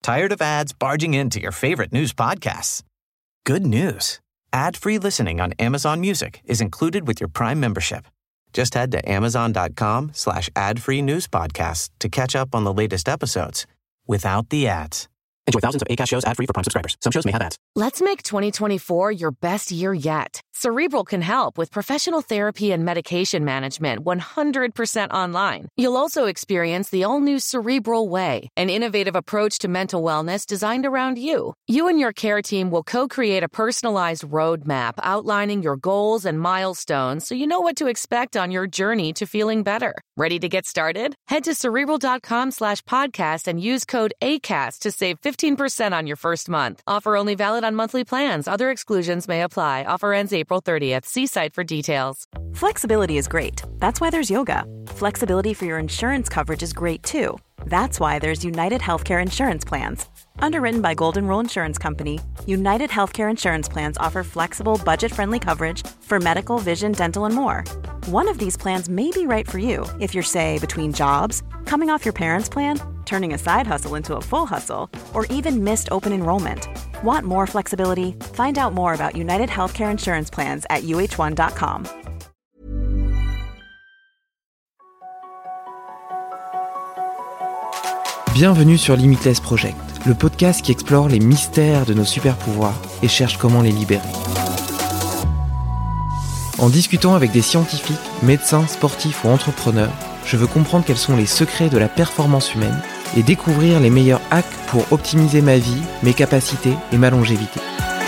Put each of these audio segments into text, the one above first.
Tired of ads barging into your favorite news podcasts? Good news. Ad-free listening on Amazon Music is included with your Prime membership. Just head to amazon.com/ad-free news podcasts to catch up on the latest episodes without the ads. Enjoy thousands of Acast shows ad-free for Prime subscribers. Some shows may have ads. Let's make 2024 your best year yet. Cerebral can help with professional therapy and medication management 100% online. You'll also experience the all-new Cerebral Way, an innovative approach to mental wellness designed around you. You and your care team will co-create a personalized roadmap outlining your goals and milestones so you know what to expect on your journey to feeling better. Ready to get started? Head to Cerebral.com/podcast and use code ACAST to save 15% on your first month. Offer only valid on monthly plans. Other exclusions may apply. Offer ends April 30th. See site for details. Flexibility is great. That's why there's yoga. Flexibility for your insurance coverage is great too. That's why there's United Healthcare Insurance Plans. Underwritten by Golden Rule Insurance Company, United Healthcare Insurance Plans offer flexible, budget-friendly coverage for medical, vision, dental, and more. One of these plans may be right for you if you're, say, between jobs, coming off your parents' plan, turning a side hustle into a full hustle, or even missed open enrollment. Want more flexibility? Find out more about United Healthcare Insurance Plans at uh1.com. Bienvenue sur Limitless Project, le podcast qui explore les mystères de nos super-pouvoirs et cherche comment les libérer. En discutant avec des scientifiques, médecins, sportifs ou entrepreneurs, je veux comprendre quels sont les secrets de la performance humaine et découvrir les meilleurs hacks pour optimiser ma vie, mes capacités et ma longévité.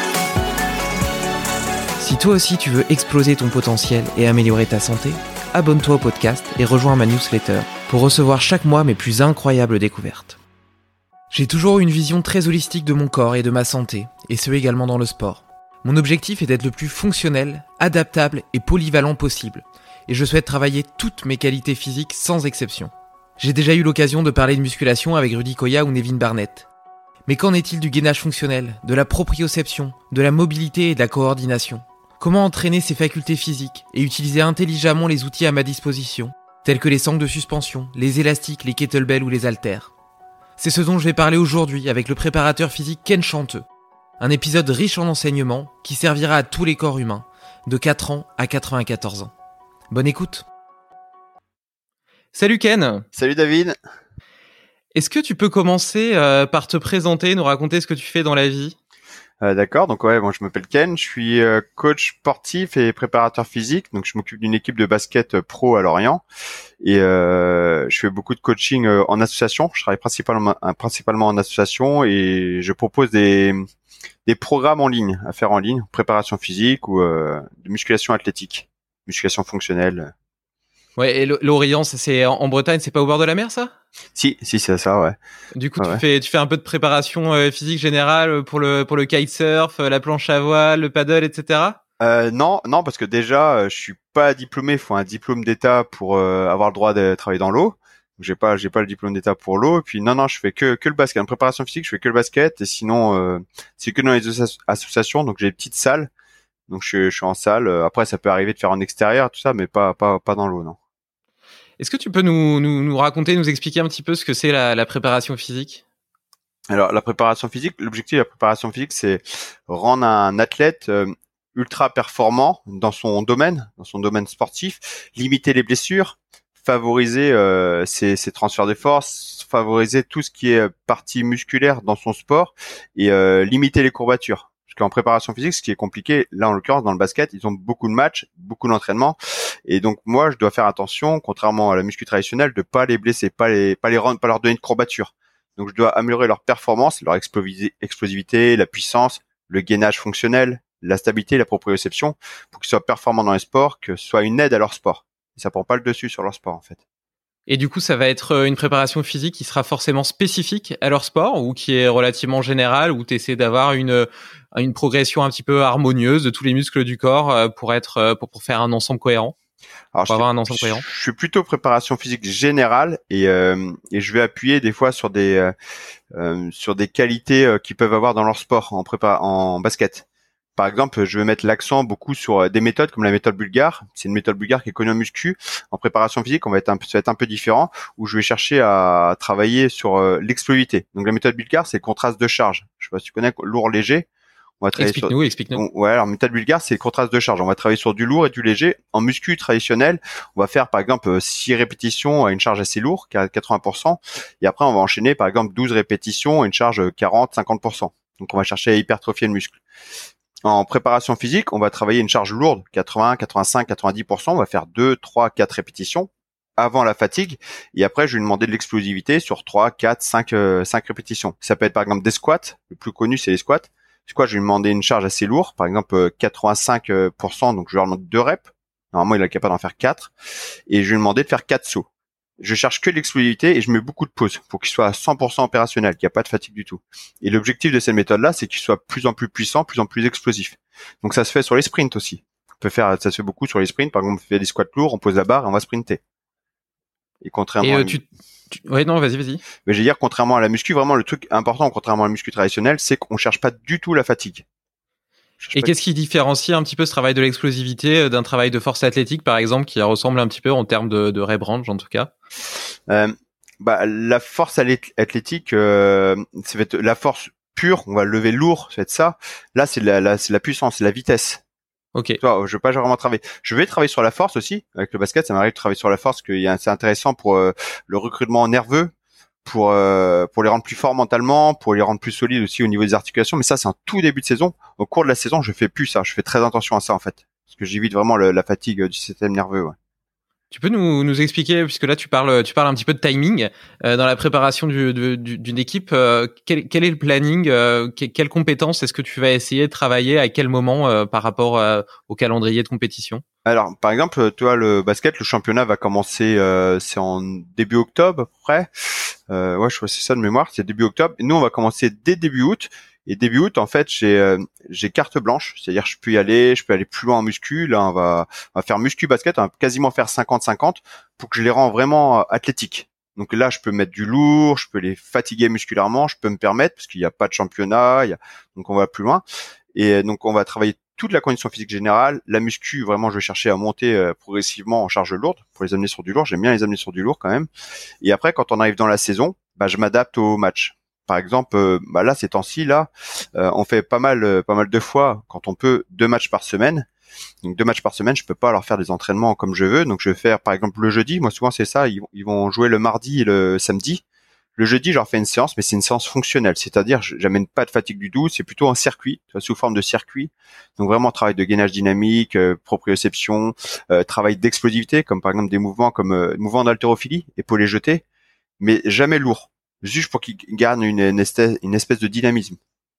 Si toi aussi tu veux exploser ton potentiel et améliorer ta santé, abonne-toi au podcast et rejoins ma newsletter pour recevoir chaque mois mes plus incroyables découvertes. J'ai toujours eu une vision très holistique de mon corps et de ma santé, et ce également dans le sport. Mon objectif est d'être le plus fonctionnel, adaptable et polyvalent possible, et je souhaite travailler toutes mes qualités physiques sans exception. J'ai déjà eu l'occasion de parler de musculation avec Rudy Koya ou Nevin Barnett. Mais qu'en est-il du gainage fonctionnel, de la proprioception, de la mobilité et de la coordination ? Comment entraîner ses facultés physiques et utiliser intelligemment les outils à ma disposition, tels que les sangles de suspension, les élastiques, les kettlebells ou les haltères. C'est ce dont je vais parler aujourd'hui avec le préparateur physique Ken Chanteux. Un épisode riche en enseignements qui servira à tous les corps humains, de 4 ans à 94 ans. Bonne écoute. Salut Ken. Salut David. Est-ce que tu peux commencer par te présenter, nous raconter ce que tu fais dans la vie ? D'accord, donc bon, je m'appelle Ken, je suis coach sportif et préparateur physique, donc je m'occupe d'une équipe de basket pro à Lorient et je fais beaucoup de coaching en association. Je travaille principalement en association et je propose des programmes en ligne à faire en ligne, préparation physique ou de musculation athlétique, musculation fonctionnelle. Ouais, et l'Orient, c'est en Bretagne, c'est pas au bord de la mer, ça ? Si, c'est ça, ouais. Du coup, ouais. tu fais un peu de préparation physique générale pour le kitesurf, la planche à voile, le paddle, etc. Non, parce que déjà, je suis pas diplômé. Il faut un diplôme d'État pour avoir le droit de travailler dans l'eau. J'ai pas le diplôme d'État pour l'eau. Et puis non, je fais que le basket. En préparation physique, je fais que le basket. Et sinon, c'est que dans les associations. Donc j'ai des petites salles. Donc je suis en salle. Après, ça peut arriver de faire en extérieur, tout ça, mais pas dans l'eau, non. Est-ce que tu peux nous raconter, nous expliquer un petit peu ce que c'est la préparation physique ? Alors, la préparation physique, l'objectif de la préparation physique, c'est rendre un athlète ultra performant dans son domaine sportif, limiter les blessures, favoriser ses transferts de force, favoriser tout ce qui est partie musculaire dans son sport et limiter les courbatures. Parce qu'en préparation physique, ce qui est compliqué, là en l'occurrence dans le basket, ils ont beaucoup de matchs, beaucoup d'entraînements, et donc moi je dois faire attention, contrairement à la muscu traditionnelle, de pas les blesser, pas leur donner de courbature. Donc je dois améliorer leur performance, leur explosivité, la puissance, le gainage fonctionnel, la stabilité, la proprioception, pour qu'ils soient performants dans les sports, que ce soit une aide à leur sport. Et ça prend pas le dessus sur leur sport en fait. Et du coup, ça va être une préparation physique qui sera forcément spécifique à leur sport ou qui est relativement générale, où tu essaies d'avoir une progression un petit peu harmonieuse de tous les muscles du corps pour faire un ensemble cohérent. Alors, je suis plutôt préparation physique générale et je vais appuyer des fois sur des qualités qu'ils peuvent avoir dans leur sport en basket. Par exemple, je vais mettre l'accent beaucoup sur des méthodes comme la méthode bulgare. C'est une méthode bulgare qui est connue en muscu. En préparation physique, ça va être un peu différent, où je vais chercher à travailler sur l'explosivité. Donc la méthode bulgare, c'est le contraste de charge. Je sais pas si tu connais, lourd, léger. On va travailler Explique-nous. Ouais, alors méthode bulgare, c'est le contraste de charge. On va travailler sur du lourd et du léger. En muscu traditionnel, on va faire par exemple 6 répétitions à une charge assez lourde, 80%, et après on va enchaîner par exemple 12 répétitions à une charge 40-50%. Donc on va chercher à hypertrophier le muscle. En préparation physique, on va travailler une charge lourde, 80, 85, 90%. On va faire 2, 3, 4 répétitions avant la fatigue. Et après, je vais lui demander de l'explosivité sur 3, 4, 5 répétitions. Ça peut être par exemple des squats. Le plus connu, c'est les squats. Je vais lui demander une charge assez lourde, par exemple 85%, donc je vais lui demander 2 reps. Normalement, il est capable d'en faire 4. Et je vais lui demander de faire 4 sauts. Je cherche que l'explosivité et je mets beaucoup de pauses pour qu'il soit à 100% opérationnel, qu'il n'y a pas de fatigue du tout. Et l'objectif de cette méthode-là, c'est qu'il soit plus en plus puissant, plus en plus explosif. Donc ça se fait sur les sprints aussi. Ça se fait beaucoup sur les sprints. Par exemple, on fait des squats lourds, on pose la barre et on va sprinter. Et contrairement Ouais, non, vas-y. Mais je veux dire, contrairement à la muscu, vraiment le truc important, contrairement à la muscu traditionnelle, c'est qu'on cherche pas du tout la fatigue. Et qu'est-ce qui différencie un petit peu ce travail de l'explosivité d'un travail de force athlétique, par exemple, qui ressemble un petit peu en termes de rep range, en tout cas? La force athlétique, ça va être la force pure, on va lever lourd, ça va être ça. Là, c'est la puissance, c'est la vitesse. Ok. Toi, je vais pas vraiment travailler. Je vais travailler sur la force aussi avec le basket. Ça m'arrive de travailler sur la force, c'est intéressant pour le recrutement nerveux, pour les rendre plus forts mentalement, pour les rendre plus solides aussi au niveau des articulations. Mais ça, c'est un tout début de saison. Au cours de la saison, je fais plus ça. Je fais très attention à ça en fait, parce que j'évite vraiment la fatigue du système nerveux. Ouais. Tu peux nous expliquer, puisque là tu parles un petit peu de timing dans la préparation d'une équipe. Quel est le planning, quelles compétences est-ce que tu vas essayer de travailler à quel moment par rapport au calendrier de compétition? Alors, par exemple, toi, le basket, le championnat va commencer, c'est en début octobre, à peu près. Ouais, je crois que c'est ça de mémoire, c'est début octobre. Et nous, on va commencer dès début août. Et début août, en fait, j'ai carte blanche, c'est-à-dire je peux aller plus loin en muscu. Là, on va faire muscu basket, on va quasiment faire 50-50 pour que je les rends vraiment athlétiques. Donc là, je peux mettre du lourd, je peux les fatiguer musculairement, je peux me permettre parce qu'il n'y a pas de championnat, donc on va plus loin. Et donc on va travailler toute la condition physique générale, la muscu, vraiment, je vais chercher à monter progressivement en charge lourde pour les amener sur du lourd. J'aime bien les amener sur du lourd quand même. Et après, quand on arrive dans la saison, je m'adapte au match. Par exemple, là, ces temps-ci, on fait pas mal de fois, quand on peut, 2 matchs par semaine. Donc 2 matchs par semaine, je peux pas leur faire des entraînements comme je veux. Donc je vais faire, par exemple, le jeudi. Moi, souvent, c'est ça. Ils vont jouer le mardi et le samedi. Le jeudi, je leur fais une séance, mais c'est une séance fonctionnelle. C'est-à-dire, j'amène pas de fatigue du tout. C'est plutôt un circuit, sous forme de circuit. Donc vraiment, travail de gainage dynamique, proprioception, travail d'explosivité, comme par exemple des mouvements comme mouvement d'haltérophilie, épaules jetées, mais jamais lourd. Juste pour qu'ils gardent une espèce de dynamisme.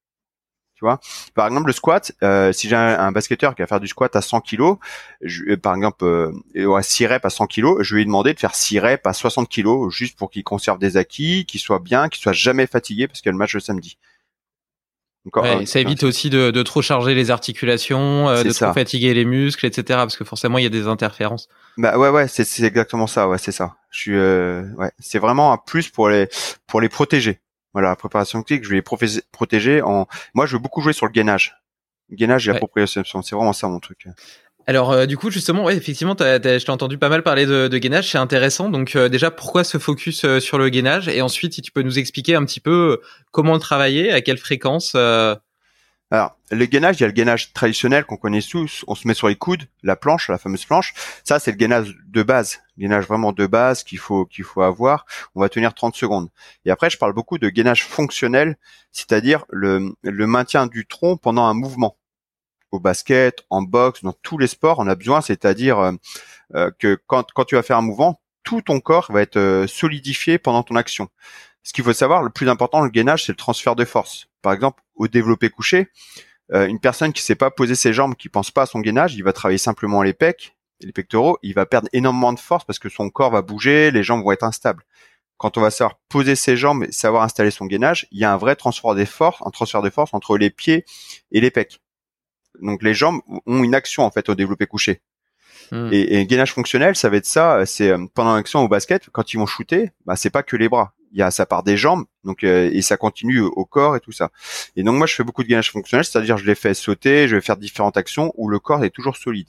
Tu vois, par exemple le squat, si j'ai un basketteur qui va faire du squat à 100 kg, par exemple à 6 reps à 100 kg, je vais lui demander de faire 6 reps à 60 kg juste pour qu'il conserve des acquis, qu'il soit bien, qu'il soit jamais fatigué parce qu'il y a le match le samedi. Donc, ça évite aussi de trop charger les articulations, de trop fatiguer les muscles, etc. Parce que forcément il y a des interférences. Ouais, c'est exactement ça. Ouais, c'est ça. C'est vraiment un plus pour les protéger. Voilà, la préparation physique, je vais les protéger moi, je veux beaucoup jouer sur le gainage. Le gainage et la proprioception, c'est vraiment ça mon truc. Alors, du coup, justement, ouais, effectivement, je t'ai entendu pas mal parler de gainage, c'est intéressant. Donc, déjà, pourquoi ce focus sur le gainage? Et ensuite, si tu peux nous expliquer un petit peu comment le travailler, à quelle fréquence Alors, le gainage, il y a le gainage traditionnel qu'on connaît tous. On se met sur les coudes, la fameuse planche. Ça, c'est le gainage de base. Le gainage vraiment de base qu'il faut avoir. On va tenir 30 secondes. Et après, je parle beaucoup de gainage fonctionnel, c'est-à-dire le maintien du tronc pendant un mouvement. Au basket, en boxe, dans tous les sports, on a besoin, c'est-à-dire que quand tu vas faire un mouvement, tout ton corps va être solidifié pendant ton action. Ce qu'il faut savoir, le plus important, le gainage, c'est le transfert de force. Par exemple, au développé couché, une personne qui sait pas poser ses jambes, qui pense pas à son gainage, il va travailler simplement les pecs, les pectoraux, il va perdre énormément de force parce que son corps va bouger, les jambes vont être instables. Quand on va savoir poser ses jambes et savoir installer son gainage, il y a un vrai transfert de force entre les pieds et les pecs. Donc les jambes ont une action en fait au développé couché. Et gainage fonctionnel, ça va être ça, c'est pendant l'action au basket, quand ils vont shooter, c'est pas que les bras. il y a sa part des jambes, donc et ça continue au corps et tout ça. Et donc moi je fais beaucoup de gainage fonctionnel, c'est-à-dire je les fais sauter, je vais faire différentes actions où le corps est toujours solide.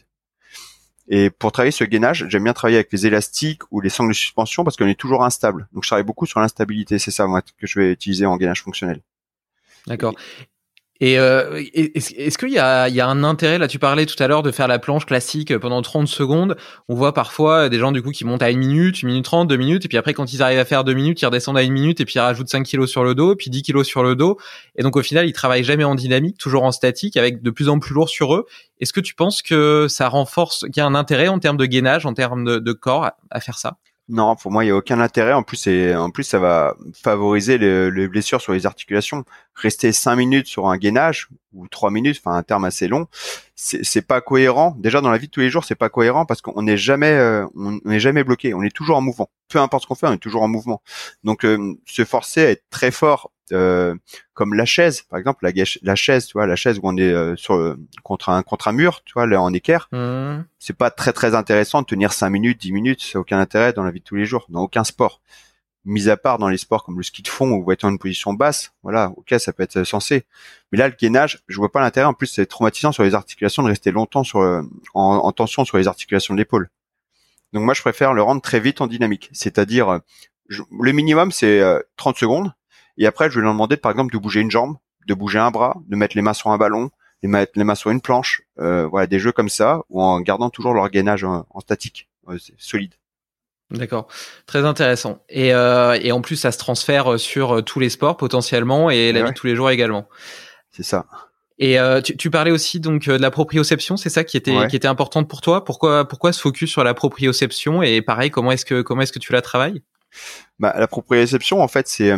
Et pour travailler ce gainage, j'aime bien travailler avec les élastiques ou les sangles de suspension parce qu'on est toujours instable. Donc je travaille beaucoup sur l'instabilité, c'est ça moi que je vais utiliser en gainage fonctionnel. D'accord. Et est-ce qu'il y a un intérêt, là tu parlais tout à l'heure de faire la planche classique pendant 30 secondes, on voit parfois des gens du coup qui montent à 1 minute 30, 2 minutes, et puis après quand ils arrivent à faire 2 minutes, ils redescendent à 1 minute, et puis ils rajoutent 5 kilos sur le dos, puis 10 kilos sur le dos, et donc au final ils travaillent jamais en dynamique, toujours en statique, avec de plus en plus lourd sur eux. Est-ce que tu penses que ça renforce, qu'il y a un intérêt en termes de gainage, en termes de corps à faire ça? Non, pour moi, il y a aucun intérêt. En plus, ça va favoriser les blessures sur les articulations. Rester 5 minutes sur un gainage ou 3 minutes, enfin un terme assez long, c'est pas cohérent. Déjà dans la vie de tous les jours, c'est pas cohérent parce qu'on n'est jamais, on n'est jamais bloqué. On est toujours en mouvement. Peu importe ce qu'on fait, on est toujours en mouvement. Donc, se forcer à être très fort, comme la chaise, par exemple, la chaise, tu vois, la chaise où on est contre un mur, tu vois, là en équerre. C'est pas très très intéressant de tenir 5 minutes, 10 minutes, ça n'a aucun intérêt dans la vie de tous les jours, dans aucun sport. Mis à part dans les sports comme le ski de fond où vous êtes en une position basse, voilà, ok, ça peut être sensé. Mais là, le gainage, je vois pas l'intérêt. En plus, c'est traumatisant sur les articulations de rester longtemps en tension sur les articulations de l'épaule. Donc moi, je préfère le rendre très vite en dynamique. C'est-à-dire, le minimum, c'est 30 secondes. Et après, je vais leur demander, par exemple, de bouger une jambe, de bouger un bras, de mettre les mains sur un ballon, de mettre les mains sur une planche. Voilà, des jeux comme ça, ou en gardant toujours leur gainage en statique, c'est solide. D'accord, très intéressant. Et en plus, ça se transfère sur tous les sports potentiellement et la vie de tous les jours également. C'est ça. Et tu parlais aussi donc de la proprioception, c'est ça qui était importante pour toi. Pourquoi ce focus sur la proprioception, et pareil, comment est-ce que tu la travailles? Bah, la proprioception, en fait, c'est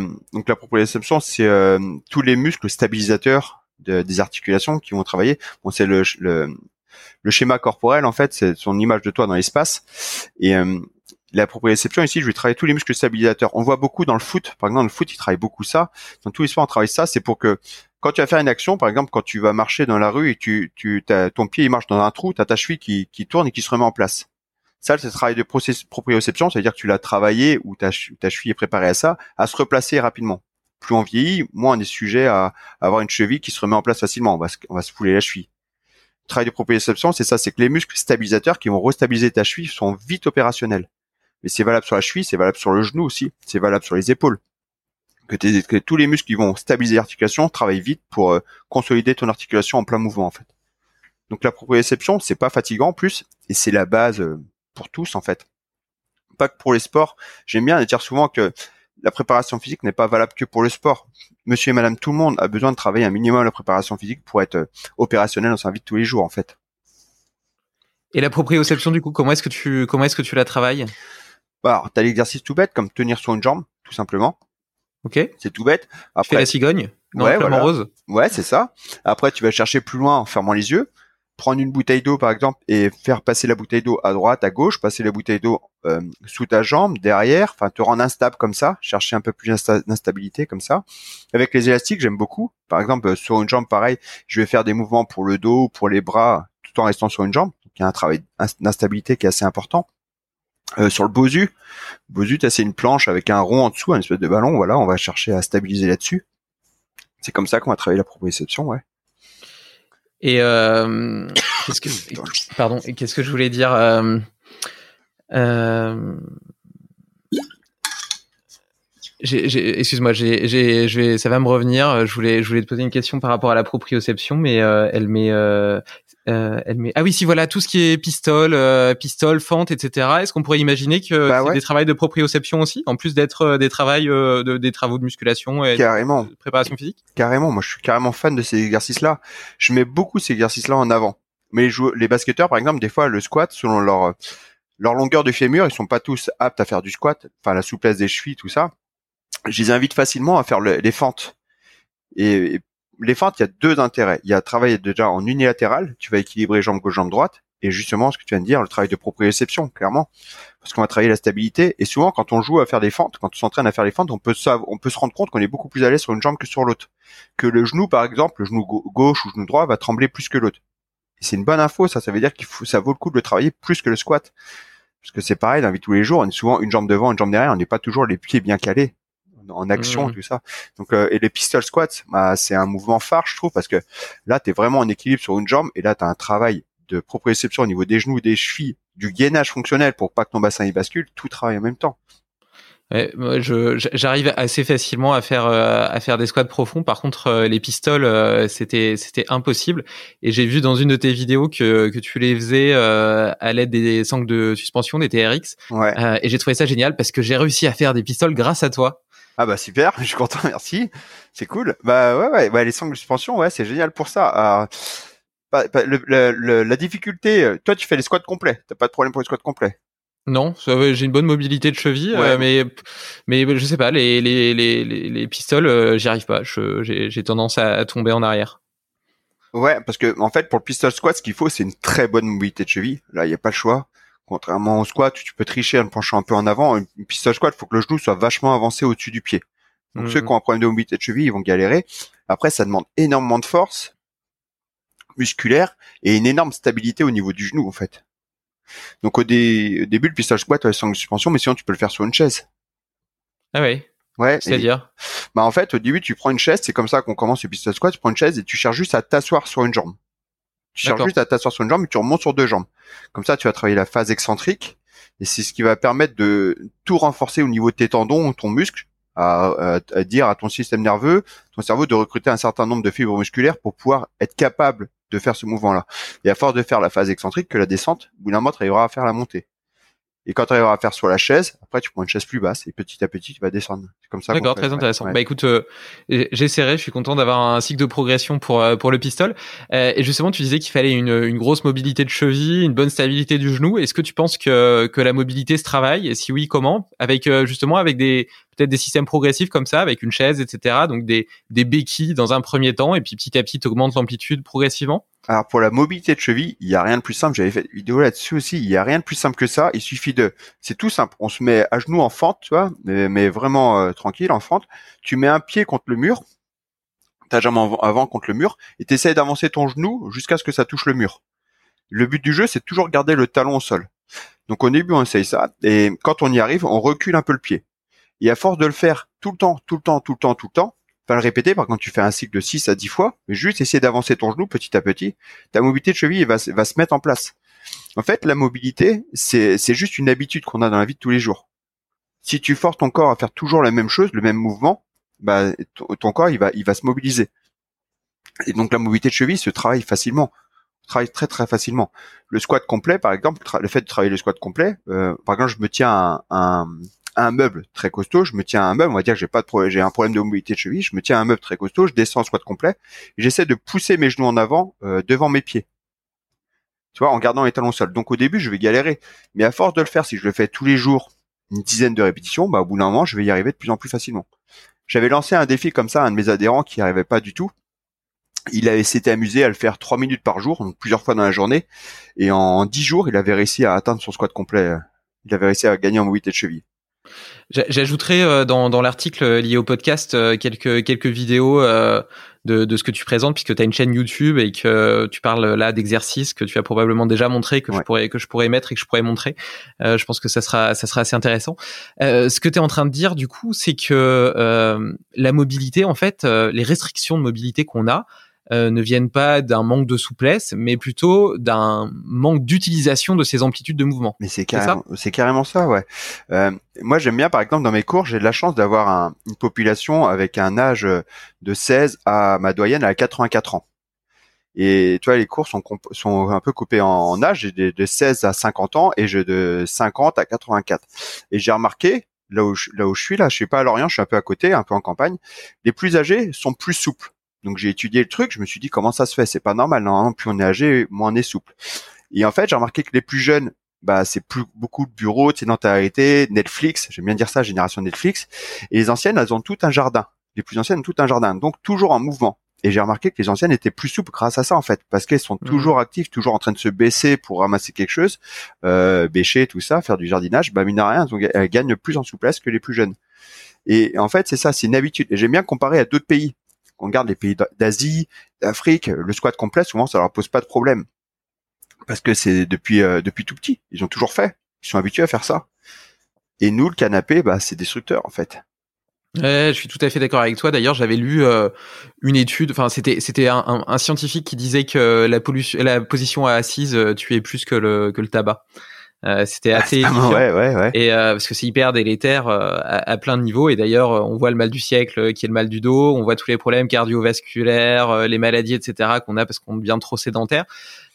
tous les muscles stabilisateurs des articulations qui vont travailler. Bon, c'est le schéma corporel, en fait, c'est son image de toi dans l'espace. Et la proprioception, ici, je vais travailler tous les muscles stabilisateurs. On voit beaucoup dans le foot. Par exemple, dans le foot, ils travaillent beaucoup ça. Dans tous les sports, on travaille ça. C'est pour que quand tu vas faire une action, par exemple, quand tu vas marcher dans la rue et ton pied il marche dans un trou, t'as ta cheville qui tourne et qui se remet en place. Ça, c'est le travail de proprioception, c'est-à-dire que tu l'as travaillé ou ta cheville est préparée à ça, à se replacer rapidement. Plus on vieillit, moins on est sujet à avoir une cheville qui se remet en place facilement. On va se fouler la cheville. Le travail de proprioception, c'est ça, c'est que les muscles stabilisateurs qui vont restabiliser ta cheville sont vite opérationnels. Mais c'est valable sur la cheville, c'est valable sur le genou aussi, c'est valable sur les épaules. Que tous les muscles qui vont stabiliser l'articulation travaillent vite pour consolider ton articulation en plein mouvement, en fait. Donc la proprioception, c'est pas fatigant en plus, et c'est la base pour tous, en fait. Pas que pour les sports. J'aime bien dire souvent que la préparation physique n'est pas valable que pour le sport. Monsieur et madame tout le monde a besoin de travailler un minimum la préparation physique pour être opérationnel dans sa vie de tous les jours, en fait. Et la proprioception, du coup, comment est-ce que tu la travailles? Bah, t'as l'exercice tout bête, comme tenir sur une jambe, tout simplement. Ok. C'est tout bête. Après, tu fais la cigogne? Non, ouais, voilà. Rose. Ouais, c'est ça. Après, tu vas chercher plus loin en fermant les yeux. Prendre une bouteille d'eau, par exemple, et faire passer la bouteille d'eau à droite, à gauche, passer la bouteille d'eau sous ta jambe, derrière, enfin, te rendre instable comme ça, chercher un peu plus d'instabilité comme ça. Avec les élastiques, j'aime beaucoup. Par exemple, sur une jambe, pareil, je vais faire des mouvements pour le dos, pour les bras, tout en restant sur une jambe. Donc, il y a un travail d'instabilité qui est assez important. Sur le Bosu, c'est une planche avec un rond en dessous, un espèce de ballon, voilà, on va chercher à stabiliser là-dessus. C'est comme ça qu'on va travailler la proprioception, ouais. Et qu'est-ce que je voulais dire, excuse-moi, ça va me revenir. Je voulais te poser une question par rapport à la proprioception, mais elle m'est ah oui, si, voilà, tout ce qui est pistole, fente, etc. Est-ce qu'on pourrait imaginer que c'est des travails de proprioception aussi, en plus d'être des travaux de musculation et carrément. De préparation physique? Carrément, moi je suis carrément fan de ces exercices-là. Je mets beaucoup ces exercices-là en avant. Mais les basketteurs, par exemple, des fois, le squat, selon leur longueur de fémur, ils sont pas tous aptes à faire du squat, enfin la souplesse des chevilles, tout ça. Je les invite facilement à faire les fentes. Et les fentes, il y a deux intérêts. Il y a travailler déjà en unilatéral, tu vas équilibrer jambe gauche, jambe droite, et justement, ce que tu viens de dire, le travail de proprioception, clairement, parce qu'on va travailler la stabilité. Et souvent, quand on joue à faire des fentes, quand on s'entraîne à faire les fentes, on peut se rendre compte qu'on est beaucoup plus à l'aise sur une jambe que sur l'autre. Que le genou, par exemple, le genou gauche ou genou droit va trembler plus que l'autre. Et c'est une bonne info, ça veut dire ça vaut le coup de le travailler plus que le squat. Parce que c'est pareil, dans la vie de tous les jours, on est souvent une jambe devant, une jambe derrière, on n'est pas toujours les pieds bien calés. en action, tout ça. Donc et les pistol squats, bah c'est un mouvement phare, je trouve, parce que là t'es vraiment en équilibre sur une jambe et là t'as un travail de proprioception au niveau des genoux, des chevilles, du gainage fonctionnel pour pas que ton bassin y bascule, tout travaille en même temps. Ouais, moi, j'arrive assez facilement à faire des squats profonds. Par contre, les pistoles, c'était impossible. Et j'ai vu dans une de tes vidéos que tu les faisais à l'aide des sangles de suspension, des TRX. Ouais. Et j'ai trouvé ça génial parce que j'ai réussi à faire des pistoles grâce à toi. Ah bah super, je suis content, merci. C'est cool. Bah ouais, bah les sangles de suspension, ouais, c'est génial pour ça. La difficulté, toi tu fais les squats complets, t'as pas de problème pour les squats complets. Non, j'ai une bonne mobilité de cheville, Ouais. mais je sais pas, les pistoles, j'y arrive pas. J'ai tendance à tomber en arrière. Ouais, parce que en fait pour le pistol squat, ce qu'il faut c'est une très bonne mobilité de cheville. Là, il y a pas le choix. Contrairement au squat, tu peux tricher en penchant un peu en avant. Une pistol squat, il faut que le genou soit vachement avancé au-dessus du pied. Donc ceux qui ont un problème de mobilité de cheville, ils vont galérer. Après, ça demande énormément de force musculaire et une énorme stabilité au niveau du genou en fait. Donc au début, le pistol squat, sans suspension, mais sinon tu peux le faire sur une chaise. Ah ouais. Ouais. C'est-à-dire? Bah en fait, au début, tu prends une chaise, c'est comme ça qu'on commence le pistol squat. Tu prends une chaise et tu cherches juste à t'asseoir sur une jambe. Tu cherches juste à t'asseoir sur une jambe et tu remontes sur deux jambes. Comme ça, tu vas travailler la phase excentrique et c'est ce qui va permettre de tout renforcer au niveau de tes tendons, ton muscle, à dire à ton système nerveux, ton cerveau de recruter un certain nombre de fibres musculaires pour pouvoir être capable de faire ce mouvement-là. Et à force de faire la phase excentrique, que la descente, au bout d'un moment, tu arriveras à faire la montée. Et quand tu arriveras à faire sur la chaise, après tu prends une chaise plus basse et petit à petit tu vas descendre. C'est comme ça. D'accord, très intéressant. Ouais. Bah écoute, j'essaierai. Je suis content d'avoir un cycle de progression pour le pistol. Et justement, tu disais qu'il fallait une grosse mobilité de cheville, une bonne stabilité du genou. Est-ce que tu penses que la mobilité se travaille? Et si oui, comment? Avec justement avec peut-être des systèmes progressifs comme ça, avec une chaise, etc. Donc des béquilles dans un premier temps, et puis petit à petit t'augmentes l'amplitude progressivement. Alors pour la mobilité de cheville, il y a rien de plus simple. J'avais fait une vidéo là-dessus aussi. Il y a rien de plus simple que ça. Il suffit c'est tout simple. On se met à genoux en fente, tu vois, mais vraiment tranquille en fente. Tu mets un pied contre le mur, ta jambe avant contre le mur, et t'essayes d'avancer ton genou jusqu'à ce que ça touche le mur. Le but du jeu, c'est toujours garder le talon au sol. Donc au début, on essaye ça, et quand on y arrive, on recule un peu le pied. Et à force de le faire tout le temps, enfin le répéter, par contre tu fais un cycle de 6 à 10 fois, mais juste essayer d'avancer ton genou petit à petit, ta mobilité de cheville va se mettre en place. En fait, la mobilité, c'est juste une habitude qu'on a dans la vie de tous les jours. Si tu forces ton corps à faire toujours la même chose, le même mouvement, bah ton corps il va se mobiliser. Et donc la mobilité de cheville se travaille facilement. Travaille très très facilement. Le squat complet, par exemple, le fait de travailler le squat complet, par exemple, je me tiens un meuble très costaud, je me tiens à un meuble, on va dire que j'ai un problème de mobilité de cheville, je me tiens à un meuble très costaud, je descends en squat complet, et j'essaie de pousser mes genoux en avant devant mes pieds. Tu vois, en gardant les talons au sol. Donc au début, je vais galérer, mais à force de le faire, si je le fais tous les jours, une dizaine de répétitions, bah au bout d'un moment, je vais y arriver de plus en plus facilement. J'avais lancé un défi comme ça à un de mes adhérents qui n'y arrivait pas du tout. Il s'était amusé à le faire 3 minutes par jour, donc plusieurs fois dans la journée, et en 10 jours, il avait réussi à atteindre son squat complet. Il avait réussi à gagner en mobilité de cheville. J'ajouterai dans l'article lié au podcast quelques vidéos de ce que tu présentes, puisque tu as une chaîne YouTube et que tu parles là d'exercices que tu as probablement déjà montré, que je pourrais mettre et que je pourrais montrer. Je pense que ça sera assez intéressant. Ce que tu es en train de dire du coup, c'est que la mobilité, en fait, les restrictions de mobilité qu'on a ne viennent pas d'un manque de souplesse, mais plutôt d'un manque d'utilisation de ces amplitudes de mouvement. Mais c'est carrément ça, ouais. Moi, j'aime bien, par exemple, dans mes cours, j'ai de la chance d'avoir une population avec un âge de 16 à ma doyenne à 84 ans. Et tu vois, les cours sont un peu coupés en âge. J'ai de 16 à 50 ans et j'ai de 50 à 84. Et j'ai remarqué, là où je suis, je suis pas à Lorient, je suis un peu à côté, un peu en campagne, les plus âgés sont plus souples. Donc j'ai étudié le truc, je me suis dit comment ça se fait, c'est pas normal, normalement plus on est âgé, moins on est souple. Et en fait, j'ai remarqué que les plus jeunes, bah c'est plus beaucoup de bureaux, de sédentarité, Netflix, j'aime bien dire ça, génération Netflix, et les anciennes, elles ont tout un jardin. Les plus anciennes ont tout un jardin, donc toujours en mouvement. Et j'ai remarqué que les anciennes étaient plus souples grâce à ça en fait, parce qu'elles sont toujours actives, toujours en train de se baisser pour ramasser quelque chose, bêcher, tout ça, faire du jardinage, bah mine de rien, elles gagnent plus en souplesse que les plus jeunes. Et en fait, c'est ça, c'est une habitude. Et j'aime bien comparer à d'autres pays. On regarde les pays d'Asie, d'Afrique, le squat complet, souvent ça leur pose pas de problème. Parce que c'est depuis tout petit. Ils ont toujours fait. Ils sont habitués à faire ça. Et nous, le canapé, bah, c'est destructeur, en fait. Ouais, je suis tout à fait d'accord avec toi. D'ailleurs, j'avais lu une étude. Enfin, c'était un scientifique qui disait que la position assise tuait plus que le tabac. C'était assez édifiant. Ouais. Et parce que c'est hyper délétère à plein de niveaux. Et d'ailleurs, on voit le mal du siècle qui est le mal du dos. On voit tous les problèmes cardiovasculaires, les maladies, etc. qu'on a parce qu'on devient trop sédentaire.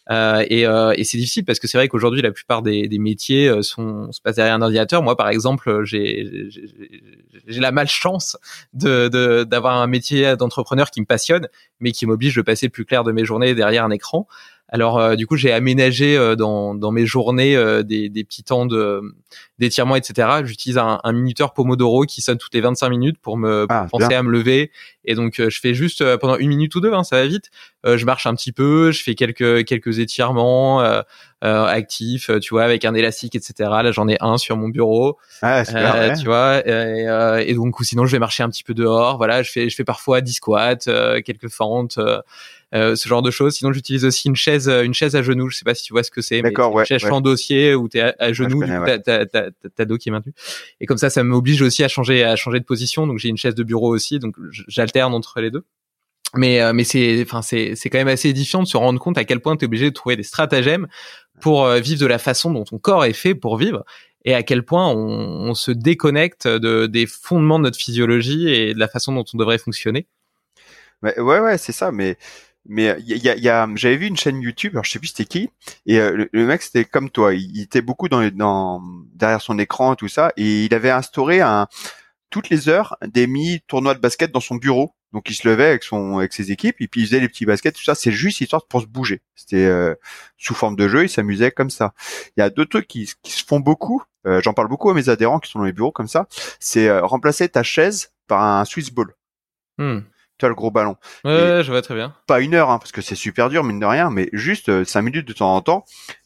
Et c'est difficile parce que c'est vrai qu'aujourd'hui la plupart des métiers se passent derrière un ordinateur. Moi, par exemple, j'ai la malchance d'avoir un métier d'entrepreneur qui me passionne, mais qui m'oblige de passer le plus clair de mes journées derrière un écran. Alors du coup, j'ai aménagé dans mes journées des petits temps d'étirement, etc. J'utilise un minuteur Pomodoro qui sonne toutes les 25 minutes pour penser à me lever. Et donc je fais juste pendant 1 minute ou 2, ça va vite. Je marche un petit peu, je fais quelques étirements actifs, tu vois, avec un élastique, etc. Là, j'en ai un sur mon bureau. Ah, super, tu vois. Et donc, ou sinon, je vais marcher un petit peu dehors. Voilà, je fais parfois 10 squats, quelques fentes. Ce genre de choses. Sinon, j'utilise aussi une chaise à genoux. Je sais pas si tu vois ce que c'est. D'accord, mais c'est une chaise sans dossier où t'es à genoux, du coup, t'as dos qui est maintenu. Et comme ça m'oblige aussi à changer de position. Donc, j'ai une chaise de bureau aussi. Donc, j'alterne entre les deux. Mais c'est quand même assez édifiant de se rendre compte à quel point t'es obligé de trouver des stratagèmes pour vivre de la façon dont ton corps est fait pour vivre. Et à quel point on se déconnecte des fondements de notre physiologie et de la façon dont on devrait fonctionner. Ouais, c'est ça. Mais j'avais vu une chaîne YouTube, alors je sais plus c'était qui, et le mec c'était comme toi, il était beaucoup dans derrière son écran et tout ça, et il avait instauré toutes les heures des mini-tournois de basket dans son bureau. Donc il se levait avec ses équipes et puis il faisait les petits baskets, tout ça. C'est juste histoire pour se bouger. C'était sous forme de jeu, il s'amusait comme ça. Il y a deux trucs qui se font beaucoup. J'en parle beaucoup à mes adhérents qui sont dans les bureaux comme ça. C'est remplacer ta chaise par un Swiss ball. Tu as le gros ballon. Ouais, je vois très bien. Pas 1 heure, parce que c'est super dur, mine de rien, mais juste 5 minutes de temps en temps.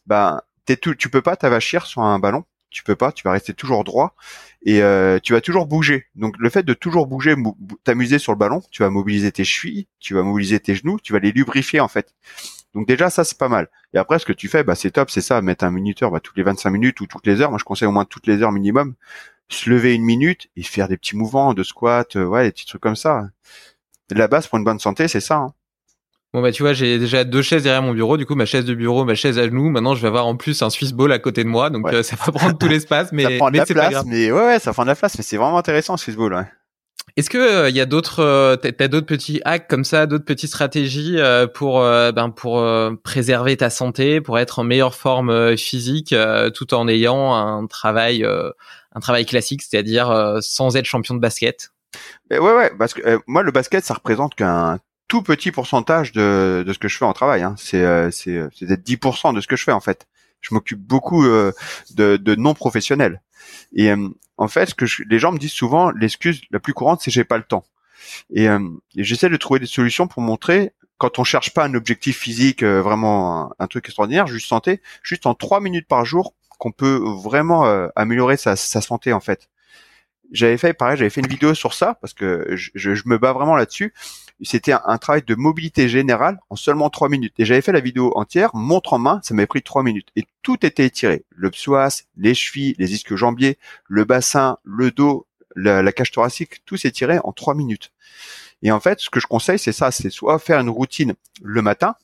Tu peux pas t'avachir sur un ballon. Tu peux pas, tu vas rester toujours droit et tu vas toujours bouger. Donc le fait de toujours bouger, t'amuser sur le ballon, tu vas mobiliser tes chevilles, tu vas mobiliser tes genoux, tu vas les lubrifier en fait. Donc déjà ça c'est pas mal. Et après ce que tu fais, c'est top, c'est ça, mettre un minuteur toutes les 25 minutes ou toutes les heures. Moi je conseille au moins toutes les heures minimum. Se lever 1 minute et faire des petits mouvements de squat, des petits trucs comme ça. La base pour une bonne santé, c'est ça. Bon tu vois, j'ai déjà 2 chaises derrière mon bureau, du coup ma chaise de bureau, ma chaise à genoux. Maintenant je vais avoir en plus un Swiss ball à côté de moi, donc ça va prendre tout l'espace, mais ça prend de la c'est place, pas grave. Mais ça prend de la place, mais c'est vraiment intéressant ce Swiss ball. Ouais. Est-ce que il y a d'autres t'as d'autres petits hacks comme ça, d'autres petites stratégies pour préserver ta santé, pour être en meilleure forme physique, tout en ayant un travail classique, c'est-à-dire sans être champion de basket? Ouais, parce que moi le basket ça représente qu'un tout petit pourcentage de ce que je fais en travail. C'est peut-être 10% de ce que je fais en fait. Je m'occupe beaucoup de non professionnels. Et en fait, les gens me disent souvent, l'excuse la plus courante, c'est j'ai pas le temps. Et j'essaie de trouver des solutions pour montrer quand on cherche pas un objectif physique vraiment un truc extraordinaire, juste santé, juste en 3 minutes par jour qu'on peut vraiment améliorer sa santé en fait. J'avais fait une vidéo sur ça parce que je me bats vraiment là-dessus. C'était un travail de mobilité générale en seulement 3 minutes. Et j'avais fait la vidéo entière, montre en main, ça m'avait pris 3 minutes. Et tout était étiré. Le psoas, les chevilles, les ischio-jambiers, le bassin, le dos, la cage thoracique, tout s'étirait en 3 minutes. Et en fait, ce que je conseille, c'est ça, c'est soit faire une routine le matin,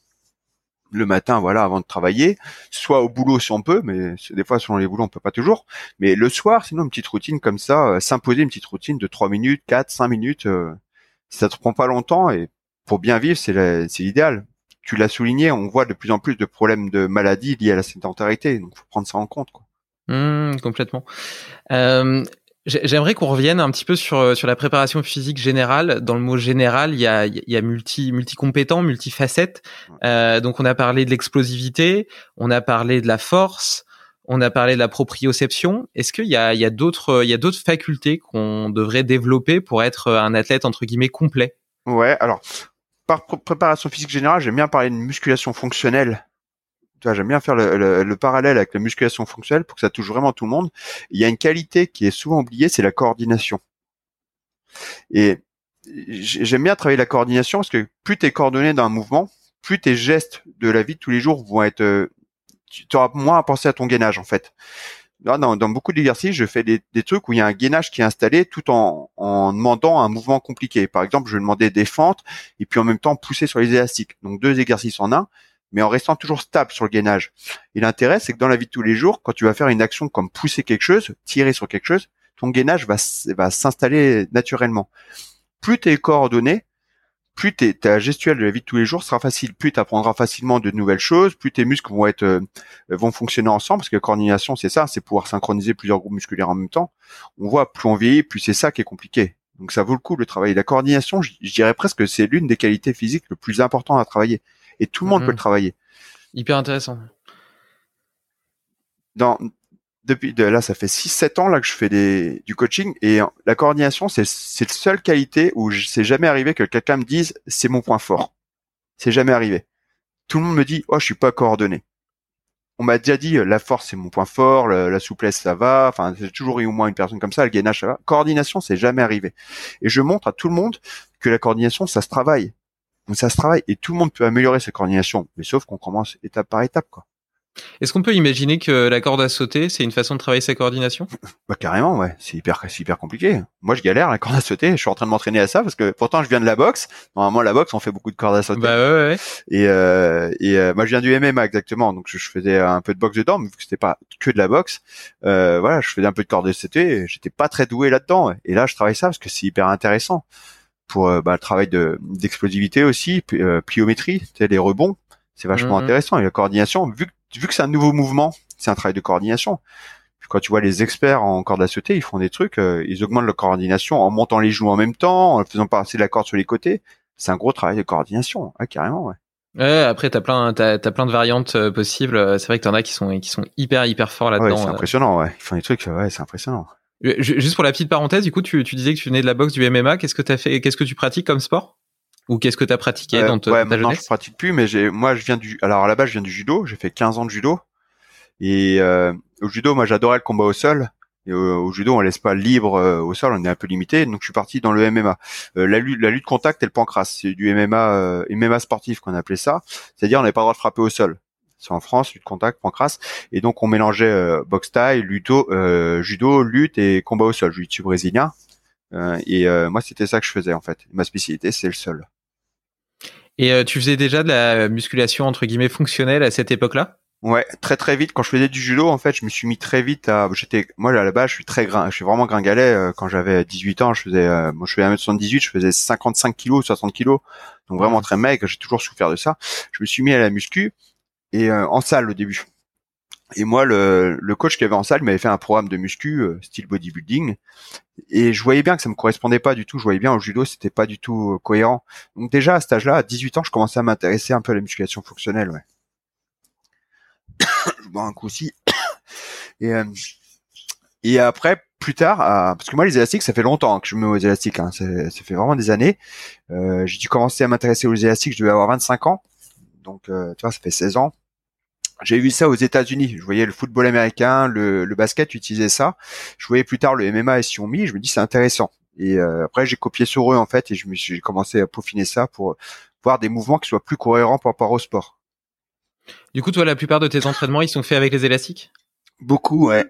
avant de travailler, soit au boulot si on peut, mais des fois selon les boulots on peut pas toujours, mais le soir sinon une petite routine comme ça, s'imposer une petite routine de 3 minutes, 4, 5 minutes, ça te prend pas longtemps et pour bien vivre c'est l'idéal. Tu l'as souligné, on voit de plus en plus de problèmes de maladies liées à la sédentarité, donc faut prendre ça en compte quoi. Complètement. J'aimerais qu'on revienne un petit peu sur la préparation physique générale. Dans le mot général, il y a multi-compétents, multifacettes. Donc on a parlé de l'explosivité, on a parlé de la force, on a parlé de la proprioception. Est-ce qu'il y a d'autres facultés qu'on devrait développer pour être un athlète entre guillemets complet? Ouais, alors par préparation physique générale, j'aime bien parler de musculation fonctionnelle. Tu vois, j'aime bien faire le parallèle avec la musculation fonctionnelle pour que ça touche vraiment tout le monde. Il y a une qualité qui est souvent oubliée, c'est la coordination. Et j'aime bien travailler la coordination parce que plus tu es coordonné dans un mouvement, plus tes gestes de la vie de tous les jours vont être... tu auras moins à penser à ton gainage en fait. Dans beaucoup d'exercices, je fais des trucs où il y a un gainage qui est installé tout en demandant un mouvement compliqué. Par exemple, je vais demander des fentes et puis en même temps pousser sur les élastiques. Donc 2 exercices en un, mais en restant toujours stable sur le gainage. Et l'intérêt, c'est que dans la vie de tous les jours, quand tu vas faire une action comme pousser quelque chose, tirer sur quelque chose, ton gainage va s'installer naturellement. Plus tu es coordonné, plus ta gestuelle de la vie de tous les jours sera facile, plus tu apprendras facilement de nouvelles choses, plus tes muscles vont fonctionner ensemble, parce que la coordination, c'est ça, c'est pouvoir synchroniser plusieurs groupes musculaires en même temps. On voit, plus on vieillit, plus c'est ça qui est compliqué. Donc ça vaut le coup de travailler. La coordination, je dirais presque que c'est l'une des qualités physiques le plus importantes à travailler. Et tout le monde peut le travailler. Hyper intéressant. Là, ça fait 6-7 ans là que je fais du coaching, et la coordination, c'est la seule qualité où c'est jamais arrivé que quelqu'un me dise c'est mon point fort. C'est jamais arrivé. Tout le monde me dit je suis pas coordonné. On m'a déjà dit la force c'est mon point fort, la souplesse ça va, enfin j'ai toujours eu au moins une personne comme ça, le gainage ça va. Coordination, c'est jamais arrivé. Et je montre à tout le monde que la coordination, ça se travaille. Donc ça se travaille et tout le monde peut améliorer sa coordination, mais sauf qu'on commence étape par étape, quoi. Est-ce qu'on peut imaginer que la corde à sauter, c'est une façon de travailler sa coordination ? Bah carrément, ouais. C'est hyper compliqué. Moi, je galère la corde à sauter. Je suis en train de m'entraîner à ça parce que pourtant je viens de la boxe. Normalement, la boxe, on fait beaucoup de cordes à sauter. Bah ouais. Et moi, je viens du MMA exactement. Donc, je faisais un peu de boxe dedans, mais vu que c'était pas que de la boxe, voilà, je faisais un peu de corde à sauter. Et j'étais pas très doué là-dedans. Et là, je travaille ça parce que c'est hyper intéressant pour le travail d'explosivité aussi, pliométrie, tu sais, les rebonds. C'est vachement intéressant. Et la coordination, vu que c'est un nouveau mouvement, c'est un travail de coordination. Quand tu vois les experts en corde à sauter, ils font des trucs, ils augmentent leur coordination en montant les genoux en même temps, en faisant passer la corde sur les côtés. C'est un gros travail de coordination, carrément, ouais. Ouais, après t'as plein de variantes possibles. C'est vrai que t'en as qui sont hyper forts là-dedans. Ouais, c'est impressionnant, ouais. Ils font des trucs, ouais, c'est impressionnant. Juste pour la petite parenthèse, du coup, tu disais que tu venais de la boxe, du MMA. Qu'est-ce que tu pratiques comme sport ? Ou qu'est-ce que tu as pratiqué dans ta maintenant jeunesse ? Je pratique plus, mais alors à la base je viens du judo, j'ai fait 15 ans de judo. Et au judo, moi j'adorais le combat au sol. Et au judo, on laisse pas libre au sol, on est un peu limité. Donc je suis parti dans le MMA. La lutte contact et le pancras, c'est du MMA sportif qu'on appelait ça. C'est-à-dire on n'avait pas le droit de frapper au sol. C'est en France, lutte contact, pancras. Et donc on mélangeait boxe thaï, judo, lutte et combat au sol, jiu-jitsu brésilien. Moi c'était ça que je faisais en fait. Ma spécialité c'est le sol. Et tu faisais déjà de la musculation entre guillemets fonctionnelle à cette époque-là ? Ouais, très vite. Quand je faisais du judo, en fait, je me suis mis très vite moi, à la base, je suis vraiment gringalet. Quand j'avais 18 ans, je faisais 1m78, je faisais 55 kilos, 60 kilos. Donc vraiment très maigre. J'ai toujours souffert de ça. Je me suis mis à la muscu et en salle au début. Et moi, le coach qui avait en salle m'avait fait un programme de muscu, style bodybuilding. Et je voyais bien que ça me correspondait pas du tout. Je voyais bien au judo, c'était pas du tout cohérent. Donc déjà, à cet âge-là, à 18 ans, je commençais à m'intéresser un peu à la musculation fonctionnelle, ouais. Je bois un coup aussi. Et après, plus tard, parce que moi les élastiques, ça fait longtemps que je me mets aux élastiques, hein, ça fait vraiment des années. J'ai dû commencer à m'intéresser aux élastiques, je devais avoir 25 ans. Donc tu vois, ça fait 16 ans. J'ai vu ça aux États-Unis. Je voyais le football américain, le basket utiliser ça. Je voyais plus tard le MMA et s'y ont mis. Je me dis c'est intéressant. Et après j'ai copié sur eux en fait et j'ai commencé à peaufiner ça pour voir des mouvements qui soient plus cohérents par rapport au sport. Du coup, toi, la plupart de tes entraînements, ils sont faits avec les élastiques ? Beaucoup, ouais.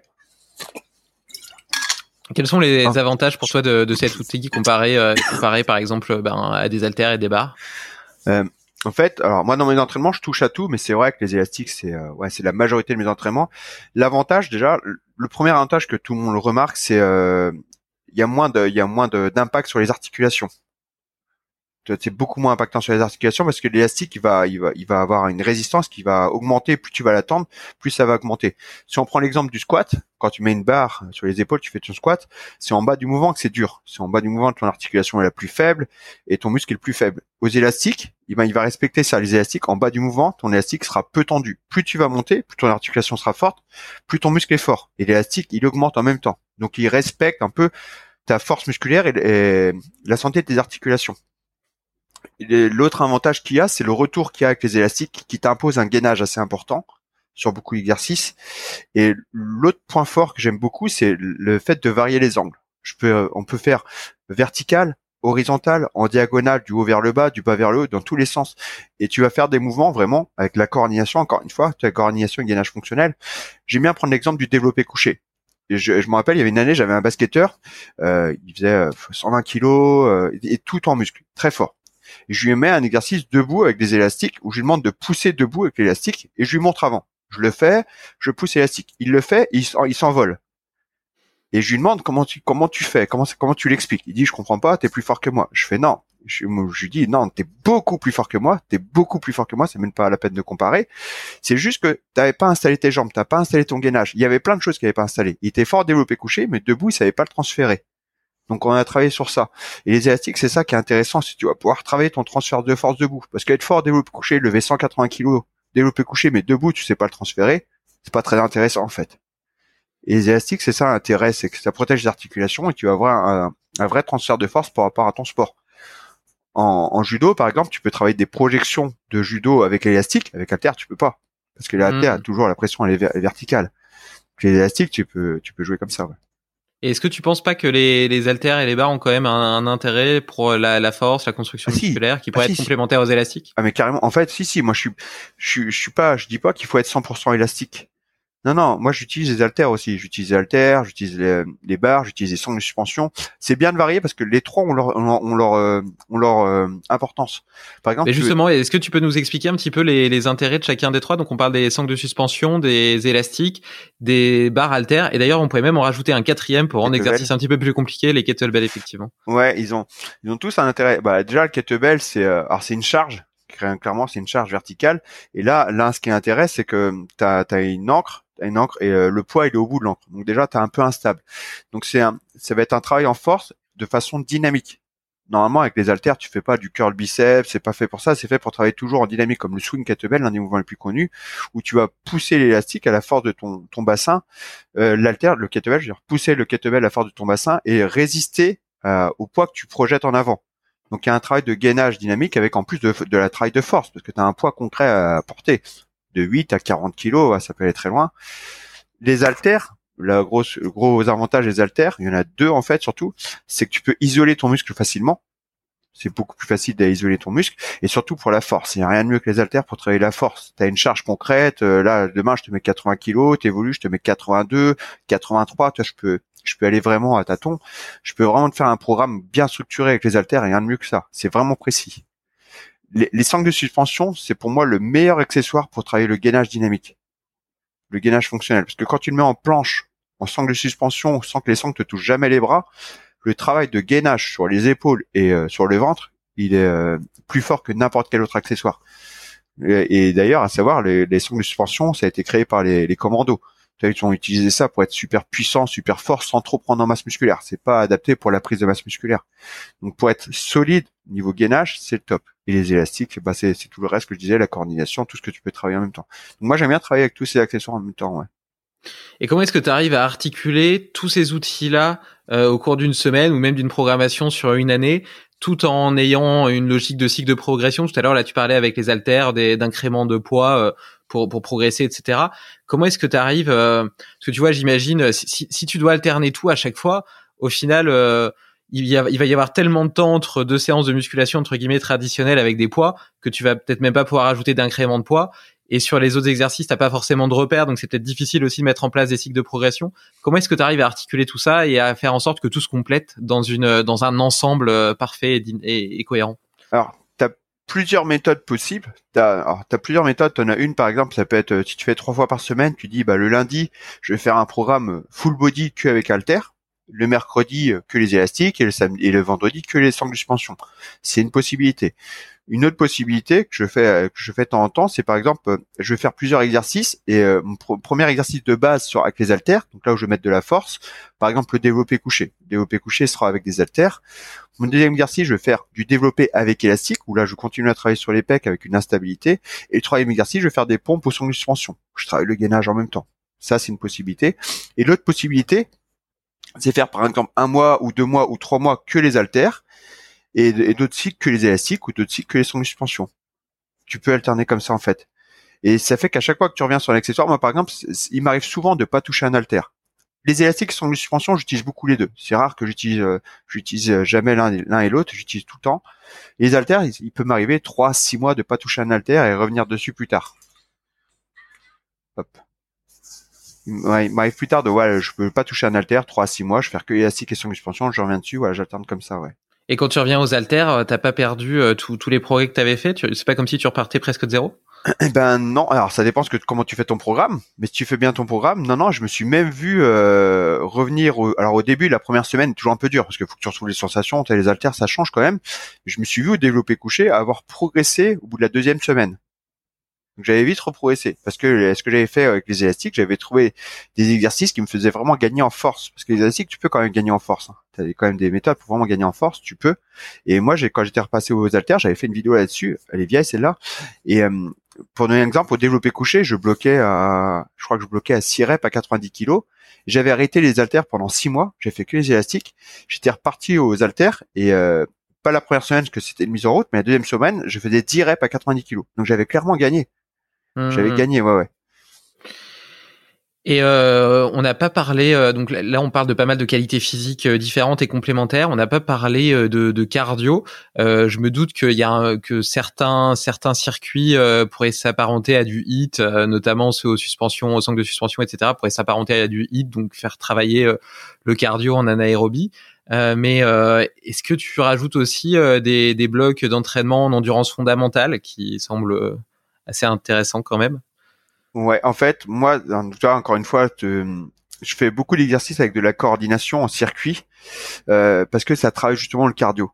Quels sont les avantages pour toi de cet outil comparé par exemple à des haltères et des barres ? En fait, alors moi dans mes entraînements, je touche à tout, mais c'est vrai que les élastiques, c'est la majorité de mes entraînements. L'avantage déjà, le premier avantage que tout le monde le remarque, c'est il y a moins d'impact sur les articulations. C'est beaucoup moins impactant sur les articulations parce que l'élastique il va avoir une résistance qui va augmenter, plus tu vas l'attendre, plus ça va augmenter. Si on prend l'exemple du squat, quand tu mets une barre sur les épaules, tu fais ton squat, c'est en bas du mouvement que c'est dur. C'est en bas du mouvement que ton articulation est la plus faible et ton muscle est le plus faible. Aux élastiques, il va respecter ça. Les élastiques, en bas du mouvement, ton élastique sera peu tendu. Plus tu vas monter, plus ton articulation sera forte, plus ton muscle est fort. Et l'élastique, il augmente en même temps. Donc il respecte un peu ta force musculaire et la santé de tes articulations. L'autre avantage qu'il y a, c'est le retour qu'il y a avec les élastiques qui t'impose un gainage assez important sur beaucoup d'exercices. Et l'autre point fort que j'aime beaucoup, c'est le fait de varier les angles. On peut faire vertical, horizontale, en diagonale, du haut vers le bas, du bas vers le haut, dans tous les sens. Et tu vas faire des mouvements vraiment avec la coordination, encore une fois, la coordination et gainage fonctionnel. J'aime bien prendre l'exemple du développé couché. Et je me rappelle, il y avait une année, j'avais un basketteur, il faisait 120 kilos et tout en muscle, très fort. Et je lui mets un exercice debout avec des élastiques où je lui demande de pousser debout avec l'élastique et je lui montre avant. Je le fais, je pousse l'élastique. Il le fait, il s'envole. Et je lui demande comment tu fais, comment tu l'expliques. Il dit je comprends pas, t'es plus fort que moi. Je fais non. Je lui dis non, t'es beaucoup plus fort que moi, c'est même pas la peine de comparer. C'est juste que t'avais pas installé tes jambes, t'as pas installé ton gainage. Il y avait plein de choses qu'il avait pas installé. Il était fort développé couché, mais debout il savait pas le transférer. Donc on a travaillé sur ça. Et les élastiques, c'est ça qui est intéressant, si tu vas pouvoir travailler ton transfert de force debout. Parce qu'être fort développé couché, lever 180 kilos développé couché, mais debout tu sais pas le transférer, c'est pas très intéressant en fait. Et les élastiques, c'est ça l'intérêt, c'est que ça protège les articulations et tu vas avoir un vrai transfert de force par rapport à ton sport. En judo, par exemple, tu peux travailler des projections de judo avec l'élastique, avec haltère, tu peux pas. Parce que l'haltère, toujours la pression, elle est verticale. Les élastiques, tu peux jouer comme ça, ouais. Et est-ce que tu penses pas que les haltères et les barres ont quand même un intérêt pour la force, la construction musculaire, qui pourrait être complémentaire aux élastiques? Ah, mais carrément. En fait, si, moi, je dis pas qu'il faut être 100% élastique. Non, moi j'utilise les haltères aussi. J'utilise les haltères, j'utilise les barres, j'utilise les sangles de suspension. C'est bien de varier parce que les trois ont leur importance. Par exemple. Mais justement, est-ce que tu peux nous expliquer un petit peu les intérêts de chacun des trois? Donc on parle des sangles de suspension, des élastiques, des barres haltères, et d'ailleurs on pourrait même en rajouter un quatrième pour rendre l'exercice un petit peu plus compliqué, les kettlebells effectivement. Ouais, ils ont tous un intérêt. Bah déjà le kettlebell c'est une charge. Clairement, c'est une charge verticale. Et là, ce qui est intéressant, c'est que t'as une encre et le poids il est au bout de l'encre. Donc déjà, t'es un peu instable. Donc ça va être un travail en force de façon dynamique. Normalement, avec les haltères, tu fais pas du curl biceps, c'est pas fait pour ça. C'est fait pour travailler toujours en dynamique, comme le swing kettlebell, l'un des mouvements les plus connus, où tu vas pousser l'élastique à la force de ton bassin. L'haltère, le kettlebell, je veux dire, pousser le kettlebell à la force de ton bassin et résister au poids que tu projettes en avant. Donc il y a un travail de gainage dynamique avec en plus de la travail de force, parce que tu as un poids concret à porter. De 8 à 40 kilos, ça peut aller très loin. Les haltères, le gros avantage des haltères, il y en a deux en fait surtout, c'est que tu peux isoler ton muscle facilement. C'est beaucoup plus facile d'isoler ton muscle, et surtout pour la force. Il n'y a rien de mieux que les haltères pour travailler la force. Tu as une charge concrète, là demain je te mets 80 kilos, t'évolues, je te mets 82, 83, toi je peux aller vraiment à tâtons. Je peux vraiment te faire un programme bien structuré avec les haltères et rien de mieux que ça. C'est vraiment précis. Les sangles de suspension, c'est pour moi le meilleur accessoire pour travailler le gainage dynamique, le gainage fonctionnel. Parce que quand tu le mets en planche, en sangle de suspension, sans que les sangles te touchent jamais les bras, le travail de gainage sur les épaules et sur le ventre, il est plus fort que n'importe quel autre accessoire. Et d'ailleurs, à savoir, les sangles de suspension, ça a été créé par les commandos. Ils ont utilisé ça pour être super puissant, super fort, sans trop prendre en masse musculaire. C'est pas adapté pour la prise de masse musculaire. Donc pour être solide niveau gainage, c'est le top. Et les élastiques, c'est tout le reste que je disais, la coordination, tout ce que tu peux travailler en même temps. Donc moi j'aime bien travailler avec tous ces accessoires en même temps, ouais. Et comment est-ce que tu arrives à articuler tous ces outils-là au cours d'une semaine ou même d'une programmation sur une année, tout en ayant une logique de cycle de progression? Tout à l'heure, là, tu parlais avec les haltères d'incréments de poids pour progresser, etc. Comment est-ce que tu arrives parce que tu vois, j'imagine, si tu dois alterner tout à chaque fois, au final, il va y avoir tellement de temps entre deux séances de musculation, entre guillemets, traditionnelles avec des poids, que tu vas peut-être même pas pouvoir ajouter d'incréments de poids. Et sur les autres exercices, t'as pas forcément de repères, donc c'est peut-être difficile aussi de mettre en place des cycles de progression. Comment est-ce que tu arrives à articuler tout ça et à faire en sorte que tout se complète dans un ensemble parfait et cohérent? Alors, t'as plusieurs méthodes possibles. T'as plusieurs méthodes. T'en as une, par exemple, ça peut être, si tu fais 3 fois par semaine, tu dis, le lundi, je vais faire un programme full body que avec haltères. Le mercredi, que les élastiques, et le samedi, et le vendredi, que les sangles de suspension. C'est une possibilité. Une autre possibilité que je fais de temps en temps, c'est par exemple, je vais faire plusieurs exercices et mon premier exercice de base avec les haltères, donc là où je vais mettre de la force, par exemple le développé couché. Le développé couché sera avec des haltères. Mon deuxième exercice, je vais faire du développé avec élastique, où là je continue à travailler sur les pecs avec une instabilité. Et le troisième exercice, je vais faire des pompes aux sangles de suspension. Je travaille le gainage en même temps. Ça, c'est une possibilité. Et l'autre possibilité, c'est faire par exemple 1 mois ou 2 mois ou 3 mois que les haltères et d'autres cycles que les élastiques ou d'autres cycles que les sangles de suspension. Tu peux alterner comme ça en fait. Et ça fait qu'à chaque fois que tu reviens sur l'accessoire, moi par exemple, il m'arrive souvent de pas toucher un haltère. les élastiques sont de suspension, j'utilise beaucoup les deux. C'est rare que j'utilise jamais l'un et l'autre, j'utilise tout le temps. Et les haltères, il peut m'arriver 3-6 mois de pas toucher un haltère et revenir dessus plus tard. Hop. Ouais, il m'arrive plus tard je peux pas toucher un haltère 3-6 mois, je fais que élastique et son suspension, je reviens dessus, voilà, j'alterne comme ça, ouais. Et quand tu reviens aux haltères, t'as pas perdu tous les progrès que t'avais fait? C'est pas comme si tu repartais presque de zéro? Eh ben non, alors ça dépend comment tu fais ton programme, mais si tu fais bien ton programme, non, je me suis même vu revenir. Alors au début, la première semaine, toujours un peu dur parce qu'il faut que tu retrouves les sensations, t'as les haltères, ça change quand même. Je me suis vu au développé couché avoir progressé au bout de la deuxième semaine. Donc j'avais vite reprogressé parce que ce que j'avais fait avec les élastiques, j'avais trouvé des exercices qui me faisaient vraiment gagner en force. Parce que les élastiques, tu peux quand même gagner en force. Hein. Tu as quand même des méthodes pour vraiment gagner en force, tu peux. Et moi, quand j'étais repassé aux haltères, j'avais fait une vidéo là-dessus. Elle est vieille celle-là. Et pour donner un exemple, au développé couché, je crois que je bloquais à 6 reps à 90 kilos. J'avais arrêté les haltères pendant 6 mois. J'ai fait que les élastiques. J'étais reparti aux haltères et pas la première semaine parce que c'était une mise en route, mais la deuxième semaine, je faisais 10 reps à 90 kilos. Donc j'avais clairement gagné. J'avais gagné, ouais. Et on n'a pas parlé, donc là on parle de pas mal de qualités physiques différentes et complémentaires. On n'a pas parlé de cardio. Je me doute que certains circuits pourraient s'apparenter à du HIIT, notamment ceux aux sangles de suspension, etc. pourraient s'apparenter à du HIIT, donc faire travailler le cardio en anaérobie. Mais est-ce que tu rajoutes aussi des blocs d'entraînement en endurance fondamentale qui semblent assez intéressant quand même? Ouais, en fait, moi, encore une fois, je fais beaucoup d'exercices avec de la coordination en circuit parce que ça travaille justement le cardio.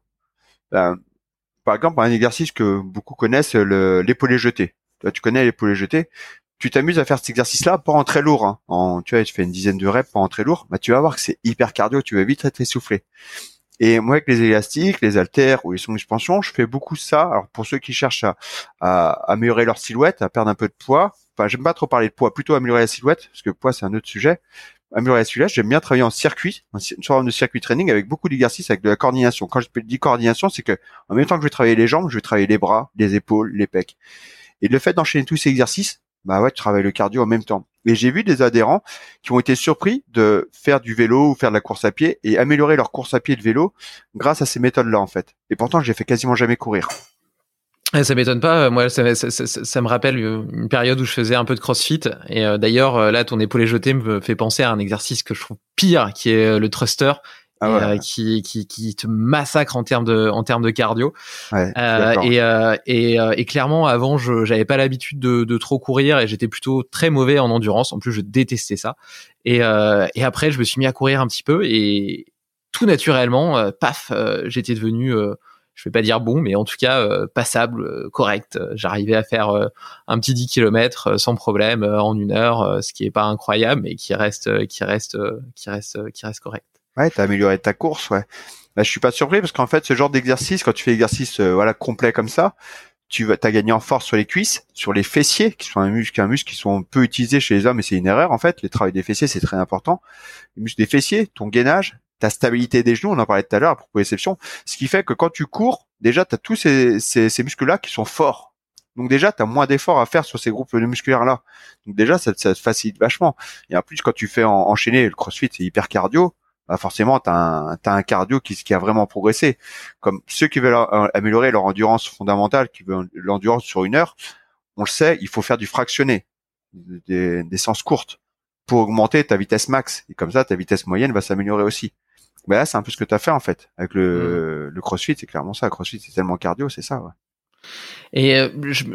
Par exemple, un exercice que beaucoup connaissent, l'épaulé jeté. Tu connais l'épaulé jeté. Tu t'amuses à faire cet exercice-là, pas en très lourd. Hein. Tu fais une dizaine de reps, pas en très lourd. Bah, tu vas voir que c'est hyper cardio. Tu vas vite être essoufflé. Et moi, avec les élastiques, les haltères ou les sangles de suspension, je fais beaucoup ça. Alors, pour ceux qui cherchent à améliorer leur silhouette, à perdre un peu de poids, enfin, j'aime pas trop parler de poids, plutôt améliorer la silhouette, parce que le poids, c'est un autre sujet. Améliorer la silhouette, j'aime bien travailler en circuit, une sorte de circuit training avec beaucoup d'exercices, avec de la coordination. Quand je dis coordination, c'est que en même temps que je vais travailler les jambes, je vais travailler les bras, les épaules, les pecs. Et le fait d'enchaîner tous ces exercices, bah ouais, tu travailles le cardio en même temps. Et j'ai vu des adhérents qui ont été surpris de faire du vélo ou faire de la course à pied et améliorer leur course à pied et de vélo grâce à ces méthodes-là, en fait. Et pourtant, j'ai fait quasiment jamais courir. Ça m'étonne pas. Moi, ça me rappelle une période où je faisais un peu de crossfit. Et d'ailleurs, là, ton épaulé jeté me fait penser à un exercice que je trouve pire, qui est le thruster. Qui te massacre en termes de cardio. Ouais, et clairement avant j'avais pas l'habitude de trop courir et j'étais plutôt très mauvais en endurance. En plus je détestais ça. Et après je me suis mis à courir un petit peu et tout naturellement j'étais devenu je vais pas dire bon, mais en tout cas passable, correct. J'arrivais à faire un petit 10 km sans problème en 1 heure, ce qui est pas incroyable mais qui reste correct. Ouais, t'as amélioré ta course, ouais. Bah, je suis pas surpris parce qu'en fait, ce genre d'exercice, quand tu fais exercice, complet comme ça, t'as gagné en force sur les cuisses, sur les fessiers, qui sont un muscle qui sont peu utilisés chez les hommes et c'est une erreur, en fait. Le travail des fessiers, c'est très important. Les muscles des fessiers, ton gainage, ta stabilité des genoux, on en parlait tout à l'heure à propos des réceptions. Ce qui fait que quand tu cours, déjà, t'as tous ces muscles-là qui sont forts. Donc déjà, tu as moins d'efforts à faire sur ces groupes musculaires-là. Donc déjà, ça te facilite vachement. Et en plus, quand tu fais enchaîner, le crossfit, c'est hyper cardio. Bah forcément, t'as un cardio qui a vraiment progressé. Comme ceux qui veulent améliorer leur endurance fondamentale, qui veulent l'endurance sur 1 heure, on le sait, il faut faire du fractionné, des séances courtes, pour augmenter ta vitesse max. Et comme ça, ta vitesse moyenne va s'améliorer aussi. Bah là, c'est un peu ce que t'as fait en fait avec le crossfit. C'est clairement ça. Le crossfit, c'est tellement cardio, c'est ça. Ouais. Et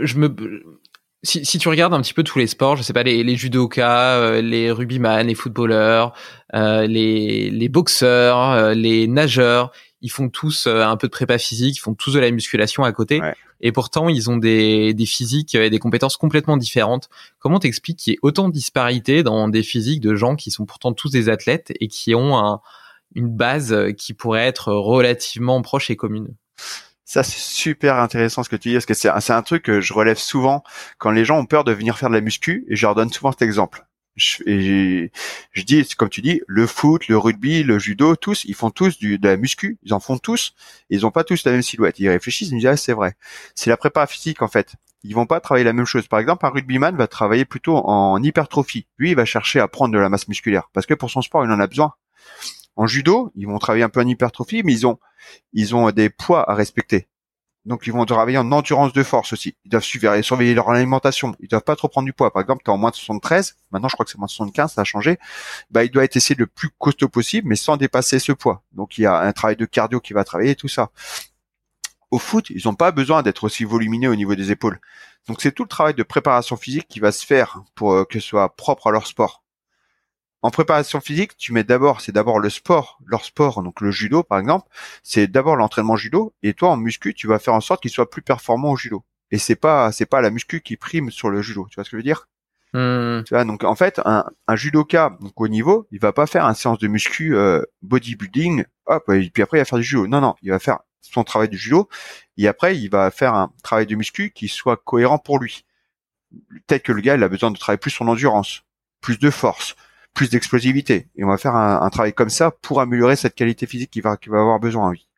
si tu regardes un petit peu tous les sports, je sais pas, les judokas, les rugbyman, les footballeurs, les boxeurs, les nageurs, ils font tous un peu de prépa physique, ils font tous de la musculation à côté. Ouais. Et pourtant, ils ont des physiques et des compétences complètement différentes. Comment t'expliques qu'il y ait autant de disparités dans des physiques de gens qui sont pourtant tous des athlètes et qui ont une base qui pourrait être relativement proche et commune? Ça, c'est super intéressant ce que tu dis, parce que c'est un truc que je relève souvent quand les gens ont peur de venir faire de la muscu, et je leur donne souvent cet exemple. Je dis, comme tu dis, le foot, le rugby, le judo, tous, ils font tous de la muscu, ils en font tous, et ils ont pas tous la même silhouette. Ils réfléchissent, ils me disent, ah, c'est vrai. C'est la prépa physique, en fait. ils vont pas travailler la même chose. Par exemple, un rugbyman va travailler plutôt en hypertrophie. Lui, il va chercher à prendre de la masse musculaire parce que pour son sport, il en a besoin. En judo, ils vont travailler un peu en hypertrophie, mais ils ont des poids à respecter. Donc, ils vont travailler en endurance de force aussi. Ils doivent surveiller leur alimentation. Ils doivent pas trop prendre du poids. Par exemple, t'es en moins de 73. Maintenant, je crois que c'est moins de 75. Ça a changé. Bah, il doit être essayé le plus costaud possible, mais sans dépasser ce poids. Donc, il y a un travail de cardio qui va travailler, tout ça. Au foot, ils n'ont pas besoin d'être aussi volumineux au niveau des épaules. Donc, c'est tout le travail de préparation physique qui va se faire pour que ce soit propre à leur sport. En préparation physique, c'est d'abord le sport, leur sport, donc le judo par exemple, c'est d'abord l'entraînement judo, et toi en muscu, tu vas faire en sorte qu'ils soient plus performants au judo. Et c'est pas la muscu qui prime sur le judo, tu vois ce que je veux dire? Tu vois, donc en fait, un judoka donc au niveau, il va pas faire une séance de muscu bodybuilding, hop, et puis après il va faire du judo. Non, il va faire son travail de judo, et après il va faire un travail de muscu qui soit cohérent pour lui. Peut-être que le gars, il a besoin de travailler plus son endurance, plus de force, plus d'explosivité. Et on va faire un travail comme ça pour améliorer cette qualité physique qu'il va avoir besoin, oui.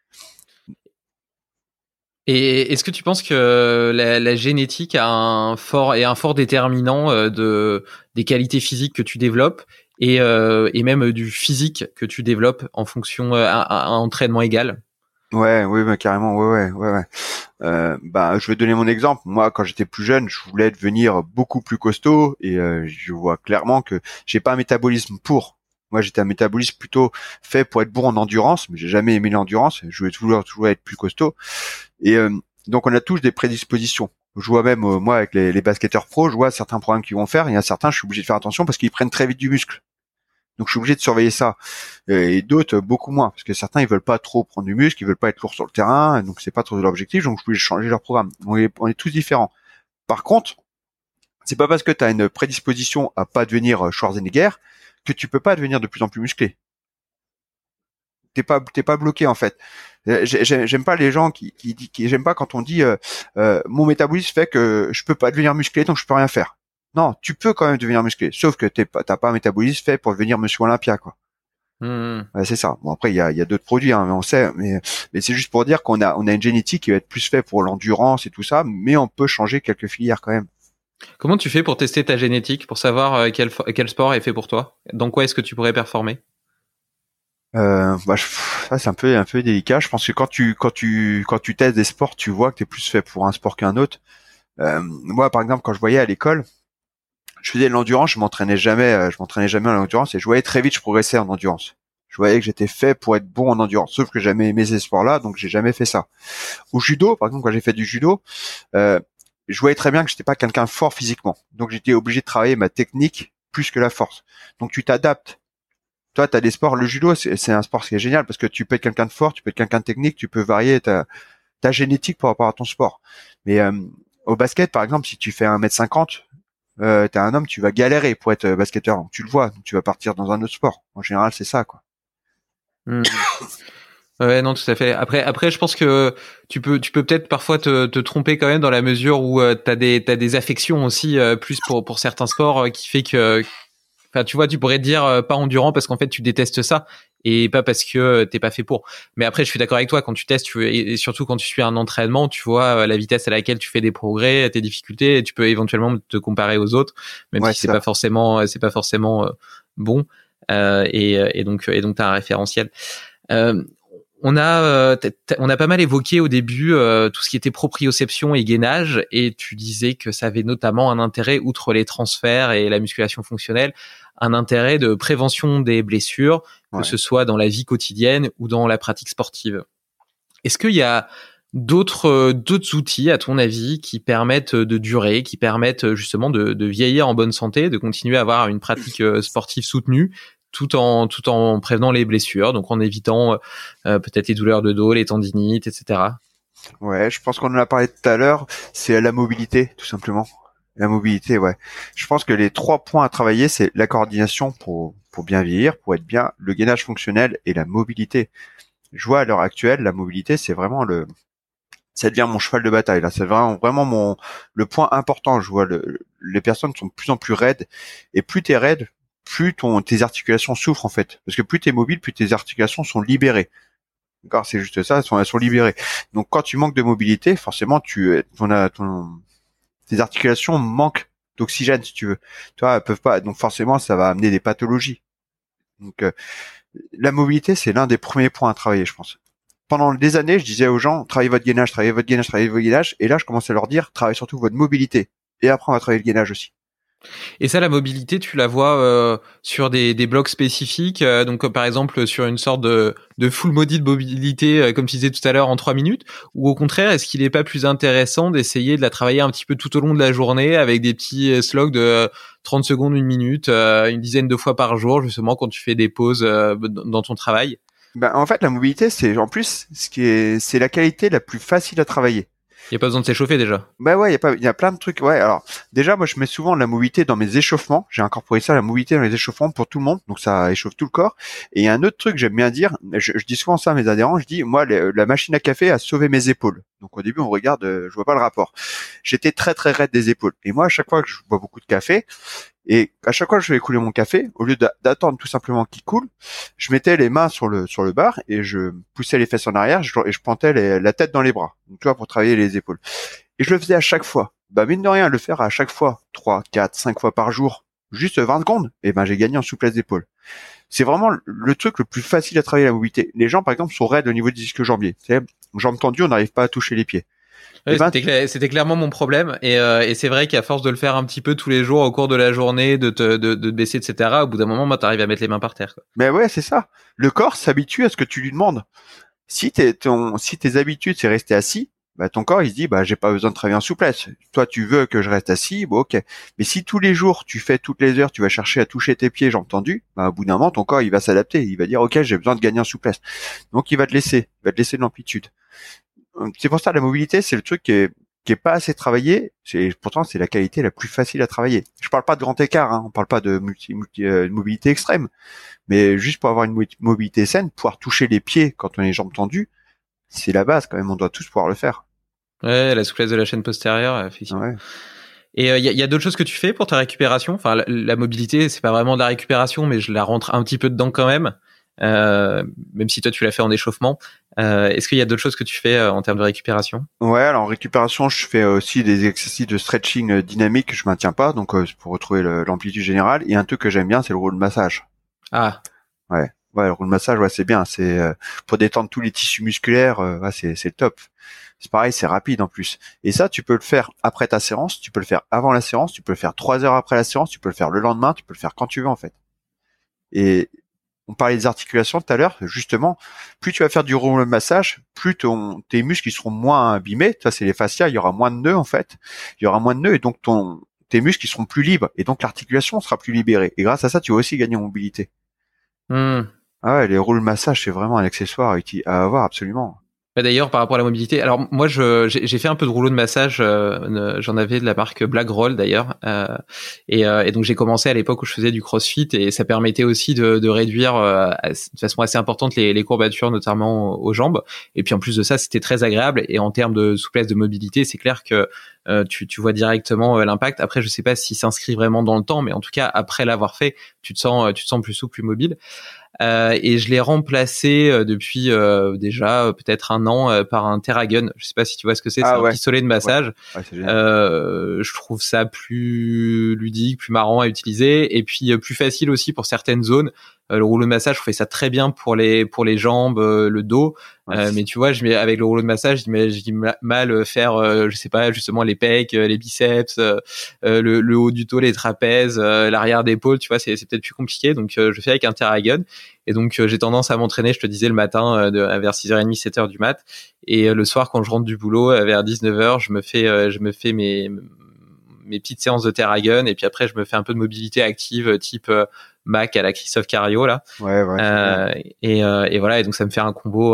Et est-ce que tu penses que la génétique a un fort déterminant des qualités physiques que tu développes et même du physique que tu développes en fonction à un entraînement égal? Oui, bah, carrément, ouais. Je vais donner mon exemple. Moi, quand j'étais plus jeune, je voulais devenir beaucoup plus costaud et je vois clairement que j'ai pas un métabolisme pour. Moi, j'étais un métabolisme plutôt fait pour être bon en endurance, mais j'ai jamais aimé l'endurance. Je voulais toujours être plus costaud. Et donc, on a tous des prédispositions. Je vois même, moi, avec les basketteurs pros, je vois certains programmes qu'ils vont faire. Il y a certains, je suis obligé de faire attention parce qu'ils prennent très vite du muscle. Donc, je suis obligé de surveiller ça. Et d'autres, beaucoup moins. Parce que certains, ils veulent pas trop prendre du muscle, ils veulent pas être lourds sur le terrain. Donc, c'est pas trop l'objectif. Donc, je voulais changer leur programme. On est tous différents. Par contre, c'est pas parce que tu as une prédisposition à pas devenir Schwarzenegger que tu peux pas devenir de plus en plus musclé. T'es pas bloqué, en fait. J'aime pas les gens qui j'aime pas quand on dit mon métabolisme fait que je peux pas devenir musclé donc je peux rien faire. Non, tu peux quand même devenir musclé, sauf que t'as pas un métabolisme fait pour devenir Monsieur Olympia, quoi. Ouais, c'est ça. Bon, après il y a d'autres produits, hein, mais on sait, mais c'est juste pour dire qu'on a une génétique qui va être plus fait pour l'endurance et tout ça, mais on peut changer quelques filières quand même. Comment tu fais pour tester ta génétique, pour savoir quel sport est fait pour toi? Dans quoi est-ce que tu pourrais performer? Ça c'est un peu délicat. Je pense que quand tu testes des sports, tu vois que t'es plus fait pour un sport qu'un autre. Moi, par exemple, quand je voyais à l'école, je faisais de l'endurance, je m'entraînais jamais en endurance et je voyais très vite je progressais en endurance. Je voyais que j'étais fait pour être bon en endurance, sauf que j'ai jamais aimé ces sports-là, donc j'ai jamais fait ça. Au judo, par exemple, quand j'ai fait du judo, je voyais très bien que j'étais pas quelqu'un de fort physiquement, donc j'étais obligé de travailler ma technique plus que la force. Donc tu t'adaptes. Toi, t'as des sports. Le judo, c'est un sport qui est génial parce que tu peux être quelqu'un de fort, tu peux être quelqu'un de technique, tu peux varier ta génétique par rapport à ton sport. Mais au basket, par exemple, si tu fais 1m50, t'es un homme, tu vas galérer pour être basketteur. Donc, tu le vois, donc tu vas partir dans un autre sport. En général, c'est ça, quoi. Ouais, non, tout à fait. Après, je pense que tu peux peut-être parfois te tromper quand même dans la mesure où t'as des affections aussi plus pour certains sports qui fait que, enfin, tu vois, tu pourrais te dire pas endurant parce qu'en fait tu détestes ça et pas parce que t'es pas fait pour. Mais après, je suis d'accord avec toi, quand tu testes, et surtout quand tu suis un entraînement, tu vois la vitesse à laquelle tu fais des progrès, tes difficultés, et tu peux éventuellement te comparer aux autres, même si c'est pas forcément bon. Et donc t'as un référentiel. On a pas mal évoqué au début tout ce qui était proprioception et gainage, et tu disais que ça avait notamment un intérêt, outre les transferts et la musculation fonctionnelle, un intérêt de prévention des blessures, que ce soit dans la vie quotidienne ou dans la pratique sportive. Est-ce qu'il y a d'autres outils, à ton avis, qui permettent de durer, qui permettent justement de vieillir en bonne santé, de continuer à avoir une pratique sportive soutenue, tout en prévenant les blessures, donc en évitant peut-être les douleurs de dos, les tendinites, etc. Ouais, je pense qu'on en a parlé tout à l'heure, c'est la mobilité, tout simplement. La mobilité, ouais. Je pense que les 3 points à travailler, c'est la coordination pour bien vieillir, pour être bien, le gainage fonctionnel et la mobilité. Je vois à l'heure actuelle, la mobilité, c'est vraiment ça devient mon cheval de bataille, là. C'est vraiment le point important. Je vois les personnes sont de plus en plus raides, et plus t'es raide, plus tes articulations souffrent, en fait. Parce que plus t'es mobile, plus tes articulations sont libérées. D'accord, c'est juste ça, elles sont libérées. Donc quand tu manques de mobilité, forcément tes articulations manquent d'oxygène, si tu veux. Toi, elles peuvent pas. Donc forcément, ça va amener des pathologies. Donc la mobilité, c'est l'un des premiers points à travailler, je pense. Pendant des années, je disais aux gens, travaillez votre gainage, travaillez votre gainage, travaillez votre gainage. Et là, je commençais à leur dire, travaillez surtout votre mobilité. Et après, on va travailler le gainage aussi. Et ça, la mobilité, tu la vois sur des blocs spécifiques, donc par exemple sur une sorte de full body de mobilité, comme tu disais tout à l'heure, en 3 minutes, ou au contraire, est-ce qu'il n'est pas plus intéressant d'essayer de la travailler un petit peu tout au long de la journée avec des petits slogs de 30 secondes, 1 minute, une dizaine de fois par jour, justement, quand tu fais des pauses dans ton travail? Ben, en fait, la mobilité, c'est en plus c'est la qualité la plus facile à travailler. Il n'y a pas besoin de s'échauffer déjà. Bah ouais, il y a plein de trucs. Ouais, alors déjà, moi, je mets souvent de la mobilité dans mes échauffements. J'ai incorporé ça, la mobilité dans les échauffements pour tout le monde, donc ça échauffe tout le corps. Et il y a un autre truc que j'aime bien dire. Je dis souvent ça à mes adhérents. Je dis, moi, la machine à café a sauvé mes épaules. Donc au début, on regarde, je vois pas le rapport. J'étais très très raide des épaules. Et moi, à chaque fois que je bois beaucoup de café, et à chaque fois que je vais couler mon café, au lieu d'attendre tout simplement qu'il coule, je mettais les mains sur le bar et je poussais les fesses en arrière et je plantais la tête dans les bras. Donc tu vois, pour travailler les épaules. Et je le faisais à chaque fois. Bah mine de rien, le faire à chaque fois, 3, 4, 5 fois par jour, juste 20 secondes, et ben j'ai gagné en souplesse d'épaule. C'est vraiment le truc le plus facile à travailler la mobilité. Les gens, par exemple, sont raides au niveau du disque jambier. C'est jambes tendues, on n'arrive pas à toucher les pieds. Ouais, c'était clairement mon problème et c'est vrai qu'à force de le faire un petit peu tous les jours au cours de la journée, de te baisser, etc., au bout d'un moment, bah, t'arrives à mettre les mains par terre, quoi. Mais ouais, c'est ça. Le corps s'habitue à ce que tu lui demandes. Si tes habitudes, c'est rester assis, bah, ton corps, il se dit, bah, j'ai pas besoin de travailler en souplesse. Toi, tu veux que je reste assis, bon, ok. Mais si tous les jours, tu fais toutes les heures, tu vas chercher à toucher tes pieds, jambes tendues, bah, au bout d'un moment, ton corps, il va s'adapter. Il va dire, ok, j'ai besoin de gagner en souplesse. Donc, il va te laisser de l'amplitude. C'est pour ça, la mobilité, c'est le truc qui est pas assez travaillé. Pourtant, c'est la qualité la plus facile à travailler. Je parle pas de grand écart, hein. On parle pas de mobilité extrême. Mais juste pour avoir une mobilité saine, pouvoir toucher les pieds quand on a les jambes tendues, c'est la base quand même. On doit tous pouvoir le faire. Ouais, la souplesse de la chaîne postérieure, effectivement. Ouais. Et il y a d'autres choses que tu fais pour ta récupération? Enfin, la mobilité, c'est pas vraiment de la récupération, mais je la rentre un petit peu dedans quand même. Même si toi tu l'as fait en échauffement, est-ce qu'il y a d'autres choses que tu fais en termes de récupération? Ouais, alors en récupération, je fais aussi des exercices de stretching dynamique que je maintiens pas, donc pour retrouver l'amplitude générale. Et un truc que j'aime bien, c'est le rouleau de massage. Ah. Ouais, le rouleau de massage, ouais, c'est bien. C'est pour détendre tous les tissus musculaires, ouais, c'est le top. C'est pareil, c'est rapide en plus. Et ça, tu peux le faire après ta séance, tu peux le faire avant la séance, tu peux le faire 3 heures après la séance, tu peux le faire le lendemain, tu peux le faire quand tu veux en fait. Et on parlait des articulations tout à l'heure, justement, plus tu vas faire du rouleau de massage, plus tes muscles ils seront moins abîmés. Ça, c'est les fascias, il y aura moins de nœuds en fait. Il y aura moins de nœuds et donc tes muscles ils seront plus libres et donc l'articulation sera plus libérée. Et grâce à ça, tu vas aussi gagner en mobilité. Ah ouais, les rouleaux de massage, c'est vraiment un accessoire à avoir absolument. D'ailleurs, par rapport à la mobilité, alors moi j'ai fait un peu de rouleau de massage, j'en avais de la marque Black Roll d'ailleurs, et donc j'ai commencé à l'époque où je faisais du CrossFit et ça permettait aussi de réduire de façon assez importante les courbatures, notamment aux jambes. Et puis en plus de ça, c'était très agréable et en termes de souplesse, de mobilité, c'est clair que tu vois directement l'impact. Après, je sais pas s'il s'inscrit vraiment dans le temps, mais en tout cas après l'avoir fait, tu te sens plus souple, plus mobile. Et je l'ai remplacé depuis déjà peut-être 1 an par un Theragun. Je sais pas si tu vois ce que c'est. C'est un pistolet de massage. Ouais, c'est je trouve ça plus ludique, plus marrant à utiliser et puis plus facile aussi pour certaines zones. Le rouleau de massage, je fais ça très bien pour les jambes, le dos. Mais tu vois, avec le rouleau de massage, j'imagine mal faire, je sais pas, justement les pecs, les biceps, le haut du dos, les trapèzes, l'arrière d'épaule. Tu vois, c'est peut-être plus compliqué. Donc, je fais avec un Theragun. Et donc, j'ai tendance à m'entraîner, je te disais, le matin vers 6h30, 7h du mat. Et le soir, quand je rentre du boulot, vers 19h, je me fais mes petites séances de Theragun. Et puis après, je me fais un peu de mobilité active, type Mac à la Christophe Cario là. Ouais. Et voilà. Et donc ça me fait un combo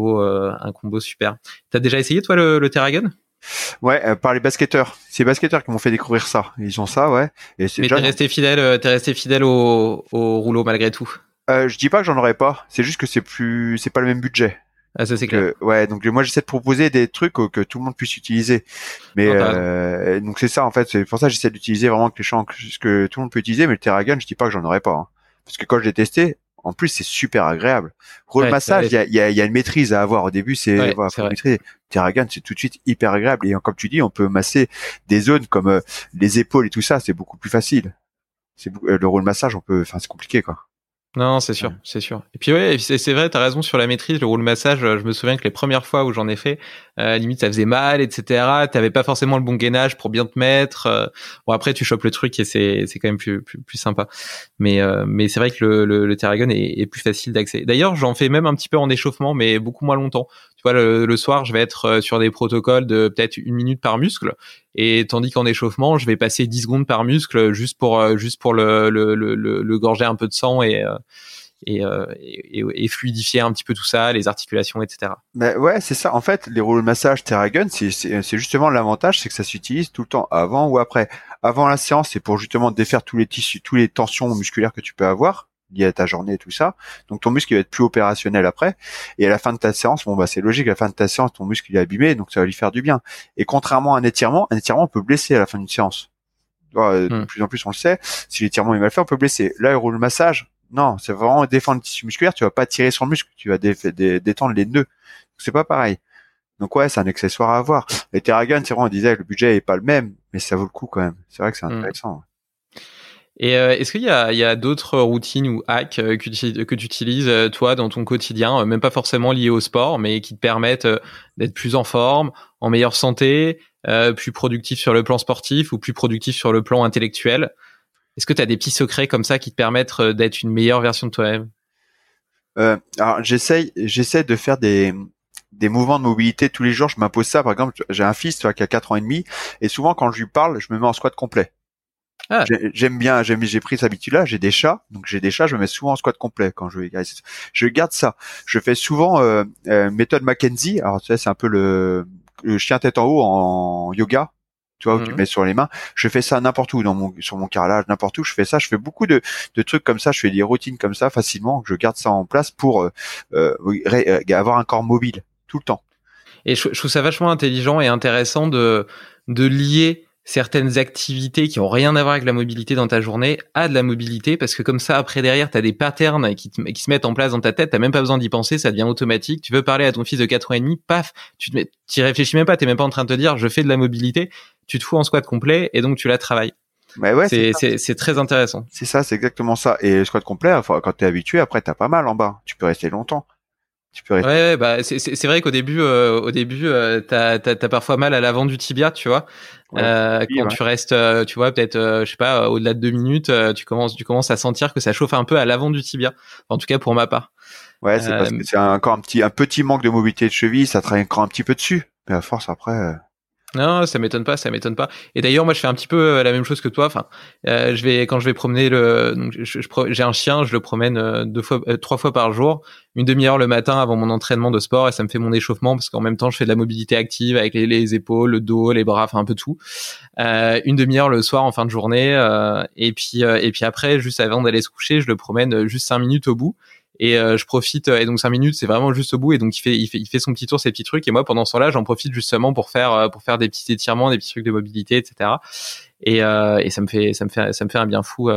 super. T'as déjà essayé toi le Theragun? Ouais, par les basketteurs. C'est les basketteurs qui m'ont fait découvrir ça. Ils ont ça, ouais. Et c'est. Mais t'es resté fidèle au rouleau malgré tout. Je dis pas que j'en aurais pas. C'est juste que c'est pas le même budget. Ah, ça c'est clair. Ouais, donc moi j'essaie de proposer des trucs que tout le monde puisse utiliser. Mais donc c'est ça en fait, c'est pour ça que j'essaie d'utiliser vraiment ce que tout le monde peut utiliser, mais le Theragun, je dis pas que j'en aurais pas. Hein. Parce que quand je l'ai testé, en plus c'est super agréable. Pour le massage, il y a une maîtrise à avoir au début, faut maîtriser. Theragun, c'est tout de suite hyper agréable. Et comme tu dis, on peut masser des zones comme les épaules et tout ça, c'est beaucoup plus facile. Le roule massage, c'est compliqué, quoi. Non, c'est sûr, c'est sûr. Et puis ouais, c'est vrai, t'as raison sur la maîtrise, le roule massage. Je me souviens que les premières fois où j'en ai fait, limite ça faisait mal, etc. T'avais pas forcément le bon gainage pour bien te mettre. Bon après tu chopes le truc et c'est quand même plus sympa. Mais c'est vrai que le Theragun est plus facile d'accès. D'ailleurs, j'en fais même un petit peu en échauffement, mais beaucoup moins longtemps. Tu vois, le soir, je vais être sur des protocoles de peut-être 1 minute par muscle, et tandis qu'en échauffement, je vais passer 10 secondes par muscle juste pour le gorger un peu de sang et fluidifier un petit peu tout ça, les articulations, etc. Mais ouais, c'est ça. En fait, les rouleaux de massage Theragun, c'est justement l'avantage, c'est que ça s'utilise tout le temps, avant ou après. Avant la séance, c'est pour justement défaire tous les tissus, tous les tensions musculaires que tu peux avoir liées à ta journée et tout ça. Donc ton muscle il va être plus opérationnel après. Et à la fin de ta séance, c'est logique, à la fin de ta séance, ton muscle il est abîmé, donc ça va lui faire du bien. Et contrairement à un étirement peut blesser à la fin d'une séance. De plus en plus, on le sait. Si l'étirement est mal fait, on peut blesser. Là, le roule massage, non, c'est vraiment défendre le tissu musculaire. Tu vas pas tirer sur le muscle, tu vas détendre les nœuds. C'est pas pareil. Donc ouais, c'est un accessoire à avoir. Les Theragun, c'est vrai, on disait que le budget est pas le même, mais ça vaut le coup quand même. C'est vrai que c'est intéressant. Et est-ce qu'il y a d'autres routines ou hacks que tu utilises toi dans ton quotidien, même pas forcément liés au sport, mais qui te permettent d'être plus en forme, en meilleure santé, plus productif sur le plan sportif ou plus productif sur le plan intellectuel? Est-ce que tu as des petits secrets comme ça qui te permettent d'être une meilleure version de toi-même? Alors j'essaie de faire des mouvements de mobilité tous les jours. Je m'impose ça. Par exemple, j'ai un fils qui a 4 ans et demi, et souvent quand je lui parle, je me mets en squat complet. Ah. J'ai pris cette habitude-là. J'ai des chats, je me mets souvent en squat complet quand je garde ça. Je fais souvent méthode Mackenzie. Alors tu sais, c'est un peu le chien tête en haut en yoga. Tu vois, où tu le mets sur les mains. Je fais ça n'importe où, sur mon carrelage, n'importe où. Je fais ça. Je fais beaucoup de trucs comme ça. Je fais des routines comme ça facilement. Je garde ça en place pour avoir un corps mobile tout le temps. Et je trouve ça vachement intelligent et intéressant de lier certaines activités qui ont rien à voir avec la mobilité dans ta journée à de la mobilité, parce que comme ça, après, derrière, t'as des patterns qui se mettent en place dans ta tête, t'as même pas besoin d'y penser, ça devient automatique. Tu veux parler à ton fils de 4 ans et demi, paf, t'y réfléchis même pas, t'es même pas en train de te dire, je fais de la mobilité, tu te fous en squat complet et donc tu la travailles. Mais ouais, c'est très intéressant. C'est ça, c'est exactement ça. Et le squat complet, quand t'es habitué, après, t'as pas mal en bas. Tu peux rester longtemps. Ouais, bah c'est vrai qu'au début t'as parfois mal à l'avant du tibia, tu vois. Quand tu restes, tu vois, peut-être je sais pas, au-delà de 2 minutes, tu commences à sentir que ça chauffe un peu à l'avant du tibia. En tout cas pour ma part. Ouais, c'est parce que c'est encore un petit manque de mobilité de cheville, ça travaille encore un petit peu dessus. Mais à force après. Non, ça m'étonne pas. Et d'ailleurs, moi, je fais un petit peu la même chose que toi. Enfin, quand je vais promener donc j'ai un chien, je le promène 3 fois par jour, une demi-heure le matin avant mon entraînement de sport, et ça me fait mon échauffement parce qu'en même temps, je fais de la mobilité active avec les épaules, le dos, les bras, enfin un peu tout. Une demi-heure le soir en fin de journée, et puis après, juste avant d'aller se coucher, je le promène juste 5 minutes au bout. Et je profite, et donc 5 minutes c'est vraiment juste au bout, et donc il fait son petit tour, ses petits trucs, et moi pendant ce temps-là j'en profite justement pour faire des petits étirements, des petits trucs de mobilité, etc. Et ça me fait un bien fou,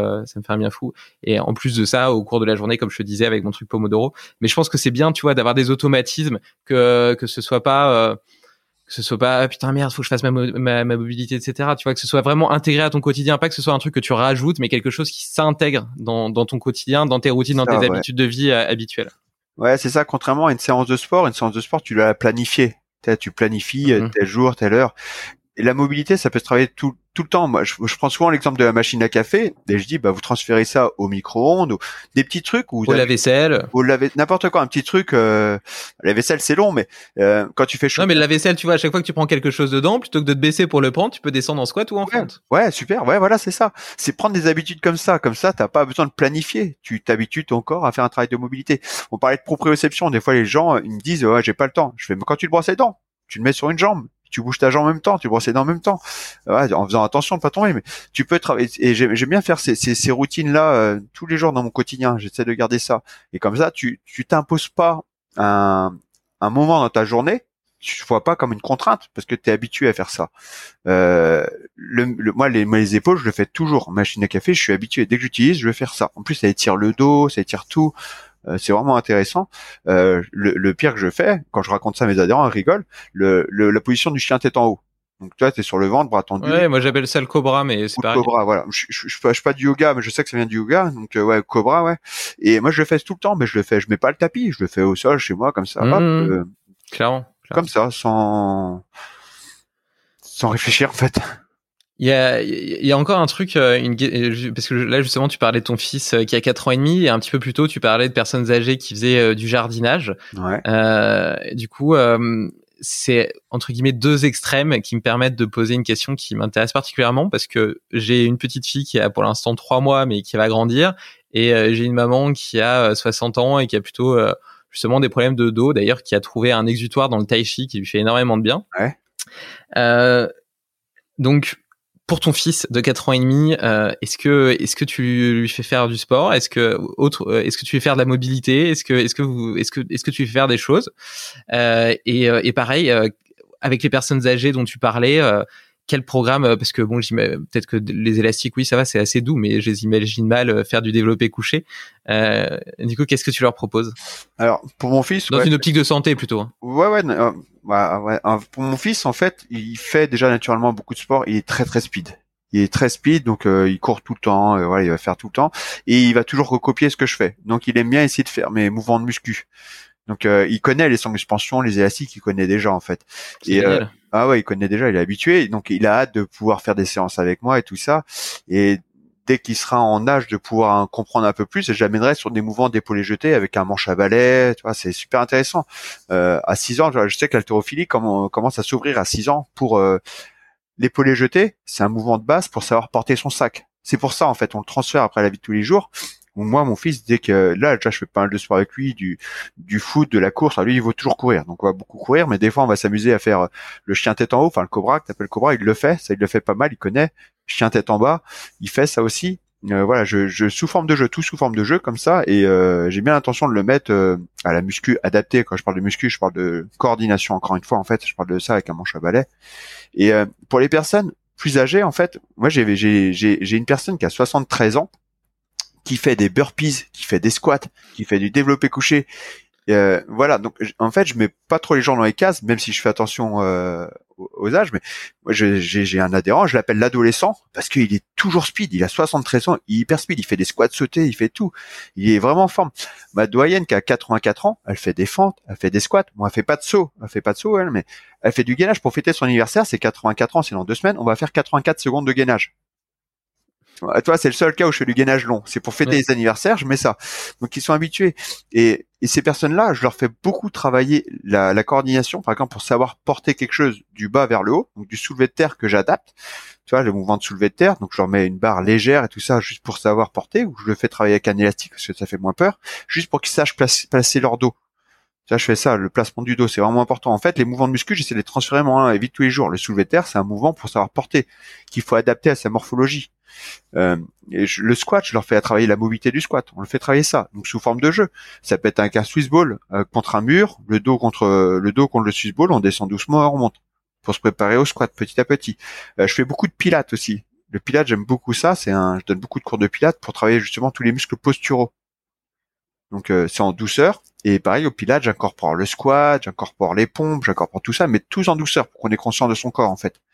et en plus de ça, au cours de la journée, comme je te disais avec mon truc Pomodoro. Mais je pense que c'est bien, tu vois, d'avoir des automatismes, que ce soit pas putain merde, faut que je fasse ma mobilité, etc. Tu vois, que ce soit vraiment intégré à ton quotidien, pas que ce soit un truc que tu rajoutes, mais quelque chose qui s'intègre dans ton quotidien, dans tes routines, dans tes habitudes de vie habituelles. Ouais, c'est ça. Contrairement à une séance de sport, tu dois la planifier. Tu planifies tel jour, telle heure. Et la mobilité, ça peut se travailler tout le temps. Moi, je prends souvent l'exemple de la machine à café, et je dis, vous transférez ça au micro-ondes, ou des petits trucs, ou au lave-vaisselle, n'importe quoi, un petit truc. La vaisselle, c'est long, mais quand tu fais chaud. Non, mais le lave-vaisselle, tu vois, à chaque fois que tu prends quelque chose dedans, plutôt que de te baisser pour le prendre, tu peux descendre en squat ou en fente. Ouais, super. Ouais, voilà, c'est ça. C'est prendre des habitudes comme ça. Comme ça, t'as pas besoin de planifier. Tu t'habitues ton corps à faire un travail de mobilité. On parlait de proprioception. Des fois, les gens, ils me disent, ouais, j'ai pas le temps. Je fais, mais quand tu te brosses les dents, tu le mets sur une jambe. Tu bouges ta jambe en même temps, tu brosses les dents en même temps, en faisant attention de pas tomber. Mais tu peux travailler. Et j'aime bien faire ces routines-là tous les jours dans mon quotidien. J'essaie de garder ça. Et comme ça, tu t'imposes pas un moment dans ta journée. Tu vois pas comme une contrainte parce que tu es habitué à faire ça. Moi, les épaules, je le fais toujours. Machine à café, je suis habitué. Dès que j'utilise, je vais faire ça. En plus, ça étire le dos, ça étire tout. C'est vraiment intéressant. Le pire que je fais, quand je raconte ça à mes adhérents, ils rigolent. La position du chien tête en haut. Donc toi, t'es sur le ventre, bras tendu. Ouais, moi j'appelle ça le cobra, mais c'est pareil. Cobra, voilà. Je fais pas du yoga, mais je sais que ça vient du yoga. Donc ouais, cobra, ouais. Et moi, je le fais tout le temps, mais je mets pas le tapis, je le fais au sol chez moi comme ça, Clairement. comme ça, sans réfléchir en fait. Il y a encore un truc, parce que là justement tu parlais de ton fils qui a 4 ans et demi, et un petit peu plus tôt tu parlais de personnes âgées qui faisaient du jardinage. Ouais. Du coup, c'est entre guillemets 2 extrêmes qui me permettent de poser une question qui m'intéresse particulièrement, parce que j'ai une petite fille qui a pour l'instant 3 mois mais qui va grandir, et j'ai une maman qui a 60 ans et qui a plutôt justement des problèmes de dos, d'ailleurs qui a trouvé un exutoire dans le tai chi qui lui fait énormément de bien. Ouais. Donc pour ton fils de 4 ans et demi, est-ce que tu lui fais faire du sport? Est-ce que tu lui fais faire de la mobilité? Est-ce que tu lui fais faire des choses? Et pareil, avec les personnes âgées dont tu parlais, quel programme, parce que bon, peut-être que les élastiques, oui, ça va, c'est assez doux, mais je les imagine mal faire du développé couché. Du coup, qu'est-ce que tu leur proposes? Alors, pour mon fils, dans une optique de santé plutôt. Hein. Ouais. Pour mon fils, en fait, il fait déjà naturellement beaucoup de sport. Il est très très speed. Il est très speed, donc il court tout le temps. Voilà, il va faire tout le temps, et il va toujours recopier ce que je fais. Donc, il aime bien essayer de faire mes mouvements de muscu. Donc, il connaît les sangles suspension, les élastiques, il connaît déjà en fait. Et ouais, il connaît déjà, il est habitué. Donc, il a hâte de pouvoir faire des séances avec moi et tout ça. Et dès qu'il sera en âge de pouvoir comprendre un peu plus, je l'amènerai sur des mouvements d'épaulés jetés avec un manche à balai. Tu vois, c'est super intéressant. À 6 ans, je sais que l'haltérophilie commence à s'ouvrir à 6 ans pour l'épaulé jeté. C'est un mouvement de base pour savoir porter son sac. C'est pour ça, en fait, on le transfère après la vie de tous les jours. Moi, mon fils, dès que là, déjà, je fais pas mal de sport avec lui, du foot, de la course. Alors, lui, il veut toujours courir, donc on va beaucoup courir. Mais des fois, on va s'amuser à faire le chien tête en haut, enfin le cobra, que t'appelles cobra. Il le fait, ça, il le fait pas mal, il connaît. Chien tête en bas, il fait ça aussi. Voilà, je sous forme de jeu, tout sous forme de jeu comme ça. Et j'ai bien l'intention de le mettre à la muscu adaptée. Quand je parle de muscu, je parle de coordination. Encore une fois, en fait, je parle de ça avec un manche à balai. Et pour les personnes plus âgées, en fait, moi, j'ai une personne qui a 73 ans. Qui fait des burpees, qui fait des squats, qui fait du développé couché. Voilà, donc en fait, je mets pas trop les gens dans les cases, même si je fais attention aux âges. Mais moi, j'ai un adhérent, je l'appelle l'adolescent, parce qu'il est toujours speed. Il a 73 ans, il est hyper speed, il fait des squats sautés, il fait tout. Il est vraiment en forme. Ma doyenne qui a 84 ans, elle fait des fentes, elle fait des squats. Bon, elle fait pas de saut, elle, mais elle fait du gainage pour fêter son anniversaire. C'est 84 ans, c'est dans 2 semaines. On va faire 84 secondes de gainage. Toi, c'est le seul cas où je fais du gainage long. C'est pour fêter les anniversaires, je mets ça. Donc, ils sont habitués. Et ces personnes-là, je leur fais beaucoup travailler la coordination, par exemple, pour savoir porter quelque chose du bas vers le haut, donc du soulevé de terre que j'adapte. Tu vois, le mouvement de soulevé de terre. Donc, je leur mets une barre légère et tout ça, juste pour savoir porter, ou je le fais travailler avec un élastique parce que ça fait moins peur, juste pour qu'ils sachent placer leur dos. Ça, je fais ça, le placement du dos, c'est vraiment important. En fait, les mouvements de muscu, j'essaie de les transférer en et vite tous les jours. Le soulevé de terre, c'est un mouvement pour savoir porter, qu'il faut adapter à sa morphologie. Le squat, je leur fais travailler la mobilité du squat. On le fait travailler ça, donc sous forme de jeu. Ça peut être un Swiss ball contre un mur, le dos contre le Swiss ball. On descend doucement, on remonte pour se préparer au squat petit à petit. Je fais beaucoup de pilates aussi. Le pilates, j'aime beaucoup ça. Je donne beaucoup de cours de pilates pour travailler justement tous les muscles posturaux. Donc c'est en douceur. Et pareil, au pilates, j'incorpore le squat, j'incorpore les pompes, j'incorpore tout ça, mais tous en douceur pour qu'on ait conscience de son corps en fait.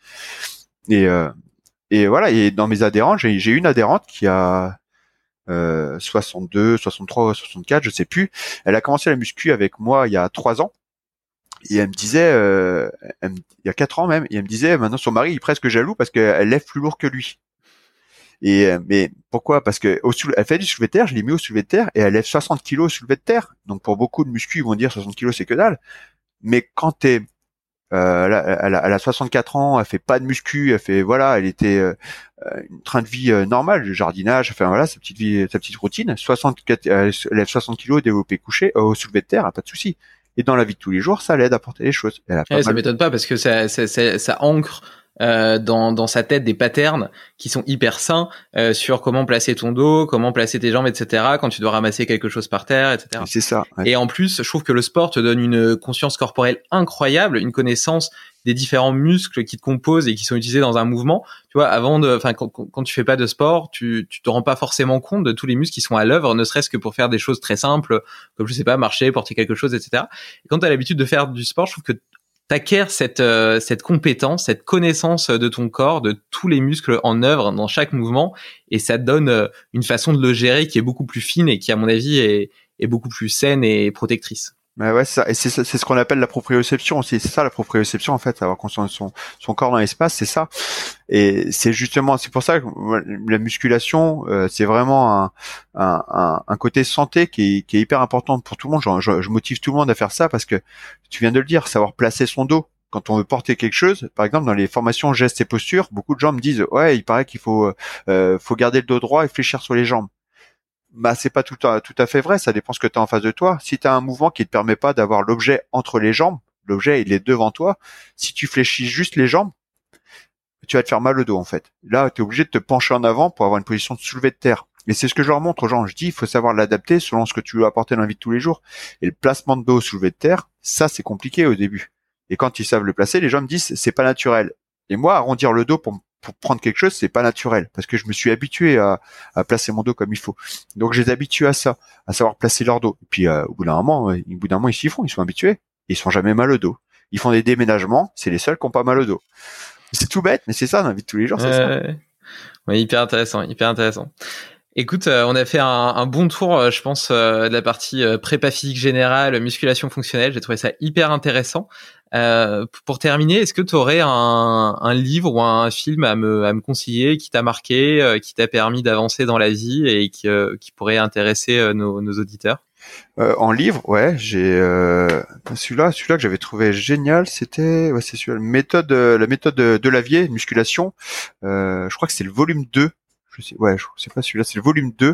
Et voilà. Et dans mes adhérents, j'ai une adhérente qui a 62, 63, 64, je sais plus. Elle a commencé la muscu avec moi il y a 3 ans. Et elle me disait, il y a 4 ans même, et elle me disait, maintenant son mari il est presque jaloux parce qu'elle lève plus lourd que lui. Et mais pourquoi? Parce que elle fait du soulevé de terre, je l'ai mis au soulevé de terre et elle lève 60 kilos au soulevé de terre. Donc pour beaucoup de muscu, ils vont dire 60 kilos c'est que dalle. Mais quand elle a 64 ans, elle fait pas de muscu, elle était une train de vie normale, le jardinage, enfin voilà, sa petite routine. Elle lève 60 kilos développé couché au soulevé de terre, pas de souci. Et dans la vie de tous les jours, ça l'aide à porter les choses. Ça m'étonne pas parce que ça ancre dans sa tête des patterns qui sont hyper sains sur comment placer ton dos, comment placer tes jambes, etc. quand tu dois ramasser quelque chose par terre, etc. C'est ça. Ouais. Et en plus, je trouve que le sport te donne une conscience corporelle incroyable, une connaissance des différents muscles qui te composent et qui sont utilisés dans un mouvement. Tu vois, quand tu fais pas de sport, tu te rends pas forcément compte de tous les muscles qui sont à l'œuvre, ne serait-ce que pour faire des choses très simples, comme je sais pas, marcher, porter quelque chose, etc. Et quand tu as l'habitude de faire du sport, je trouve que t'acquiers cette compétence, cette connaissance de ton corps, de tous les muscles en œuvre dans chaque mouvement, et ça te donne une façon de le gérer qui est beaucoup plus fine et qui, à mon avis, est beaucoup plus saine et protectrice. Bah ouais, c'est ça. Et c'est ce qu'on appelle la proprioception aussi. C'est ça la proprioception en fait, avoir conscience de son corps dans l'espace, c'est ça. Et c'est pour ça que la musculation, c'est vraiment un côté santé qui est hyper important pour tout le monde. Je motive tout le monde à faire ça parce que tu viens de le dire, savoir placer son dos. Quand on veut porter quelque chose, par exemple dans les formations gestes et postures, beaucoup de gens me disent ouais, il paraît qu'il faut garder le dos droit et fléchir sur les jambes. Bah c'est pas tout à fait vrai, ça dépend ce que tu as en face de toi. Si tu as un mouvement qui te permet pas d'avoir l'objet entre les jambes, l'objet il est devant toi, si tu fléchis juste les jambes, tu vas te faire mal au dos en fait. Là, tu es obligé de te pencher en avant pour avoir une position de soulevé de terre. Et c'est ce que je leur montre aux gens, je dis il faut savoir l'adapter selon ce que tu veux apporter dans la vie de tous les jours. Et le placement de dos soulevé de terre, ça c'est compliqué au début. Et quand ils savent le placer, les gens me disent c'est pas naturel. Et moi arrondir le dos pour prendre quelque chose, c'est pas naturel parce que je me suis habitué à placer mon dos comme il faut. Donc je les habitue à ça, à savoir placer leur dos. Et puis au bout d'un moment, ils s'y font, ils sont habitués. Ils se font jamais mal au dos. Ils font des déménagements, c'est les seuls qui ont pas mal au dos. C'est tout bête, mais c'est ça dans la vie de tous les jours, c'est ça. Ouais, hyper intéressant, hyper intéressant. Écoute, on a fait un bon tour, je pense, de la partie prépa physique générale, musculation fonctionnelle. J'ai trouvé ça hyper intéressant. Pour terminer, est-ce que tu aurais un livre ou un film à me conseiller qui t'a marqué, qui t'a permis d'avancer dans la vie et qui pourrait intéresser nos auditeurs? En livre, ouais, j'ai celui-là que j'avais trouvé génial, c'est celui-là, la méthode de Lavier, musculation. Je crois que c'est le volume 2. Je sais pas celui-là, c'est le volume 2.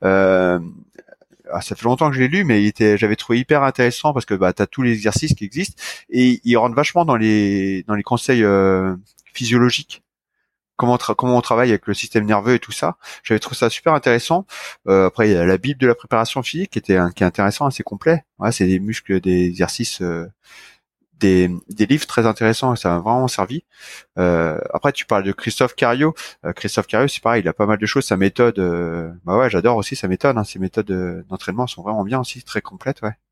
Ça fait longtemps que je l'ai lu, mais j'avais trouvé hyper intéressant parce que t'as tous les exercices qui existent et ils rentrent vachement dans les conseils physiologiques. Comment on travaille avec le système nerveux et tout ça. J'avais trouvé ça super intéressant. Après, il y a la Bible de la préparation physique qui est intéressant, assez complet. Ouais, c'est des muscles, des exercices, des livres très intéressants. Ça m'a vraiment servi. Après, tu parles de Christophe Cario. Christophe Cario, c'est pareil, il a pas mal de choses. Sa méthode, j'adore aussi sa méthode. Hein. Ses méthodes d'entraînement sont vraiment bien aussi, très complètes. Ouais.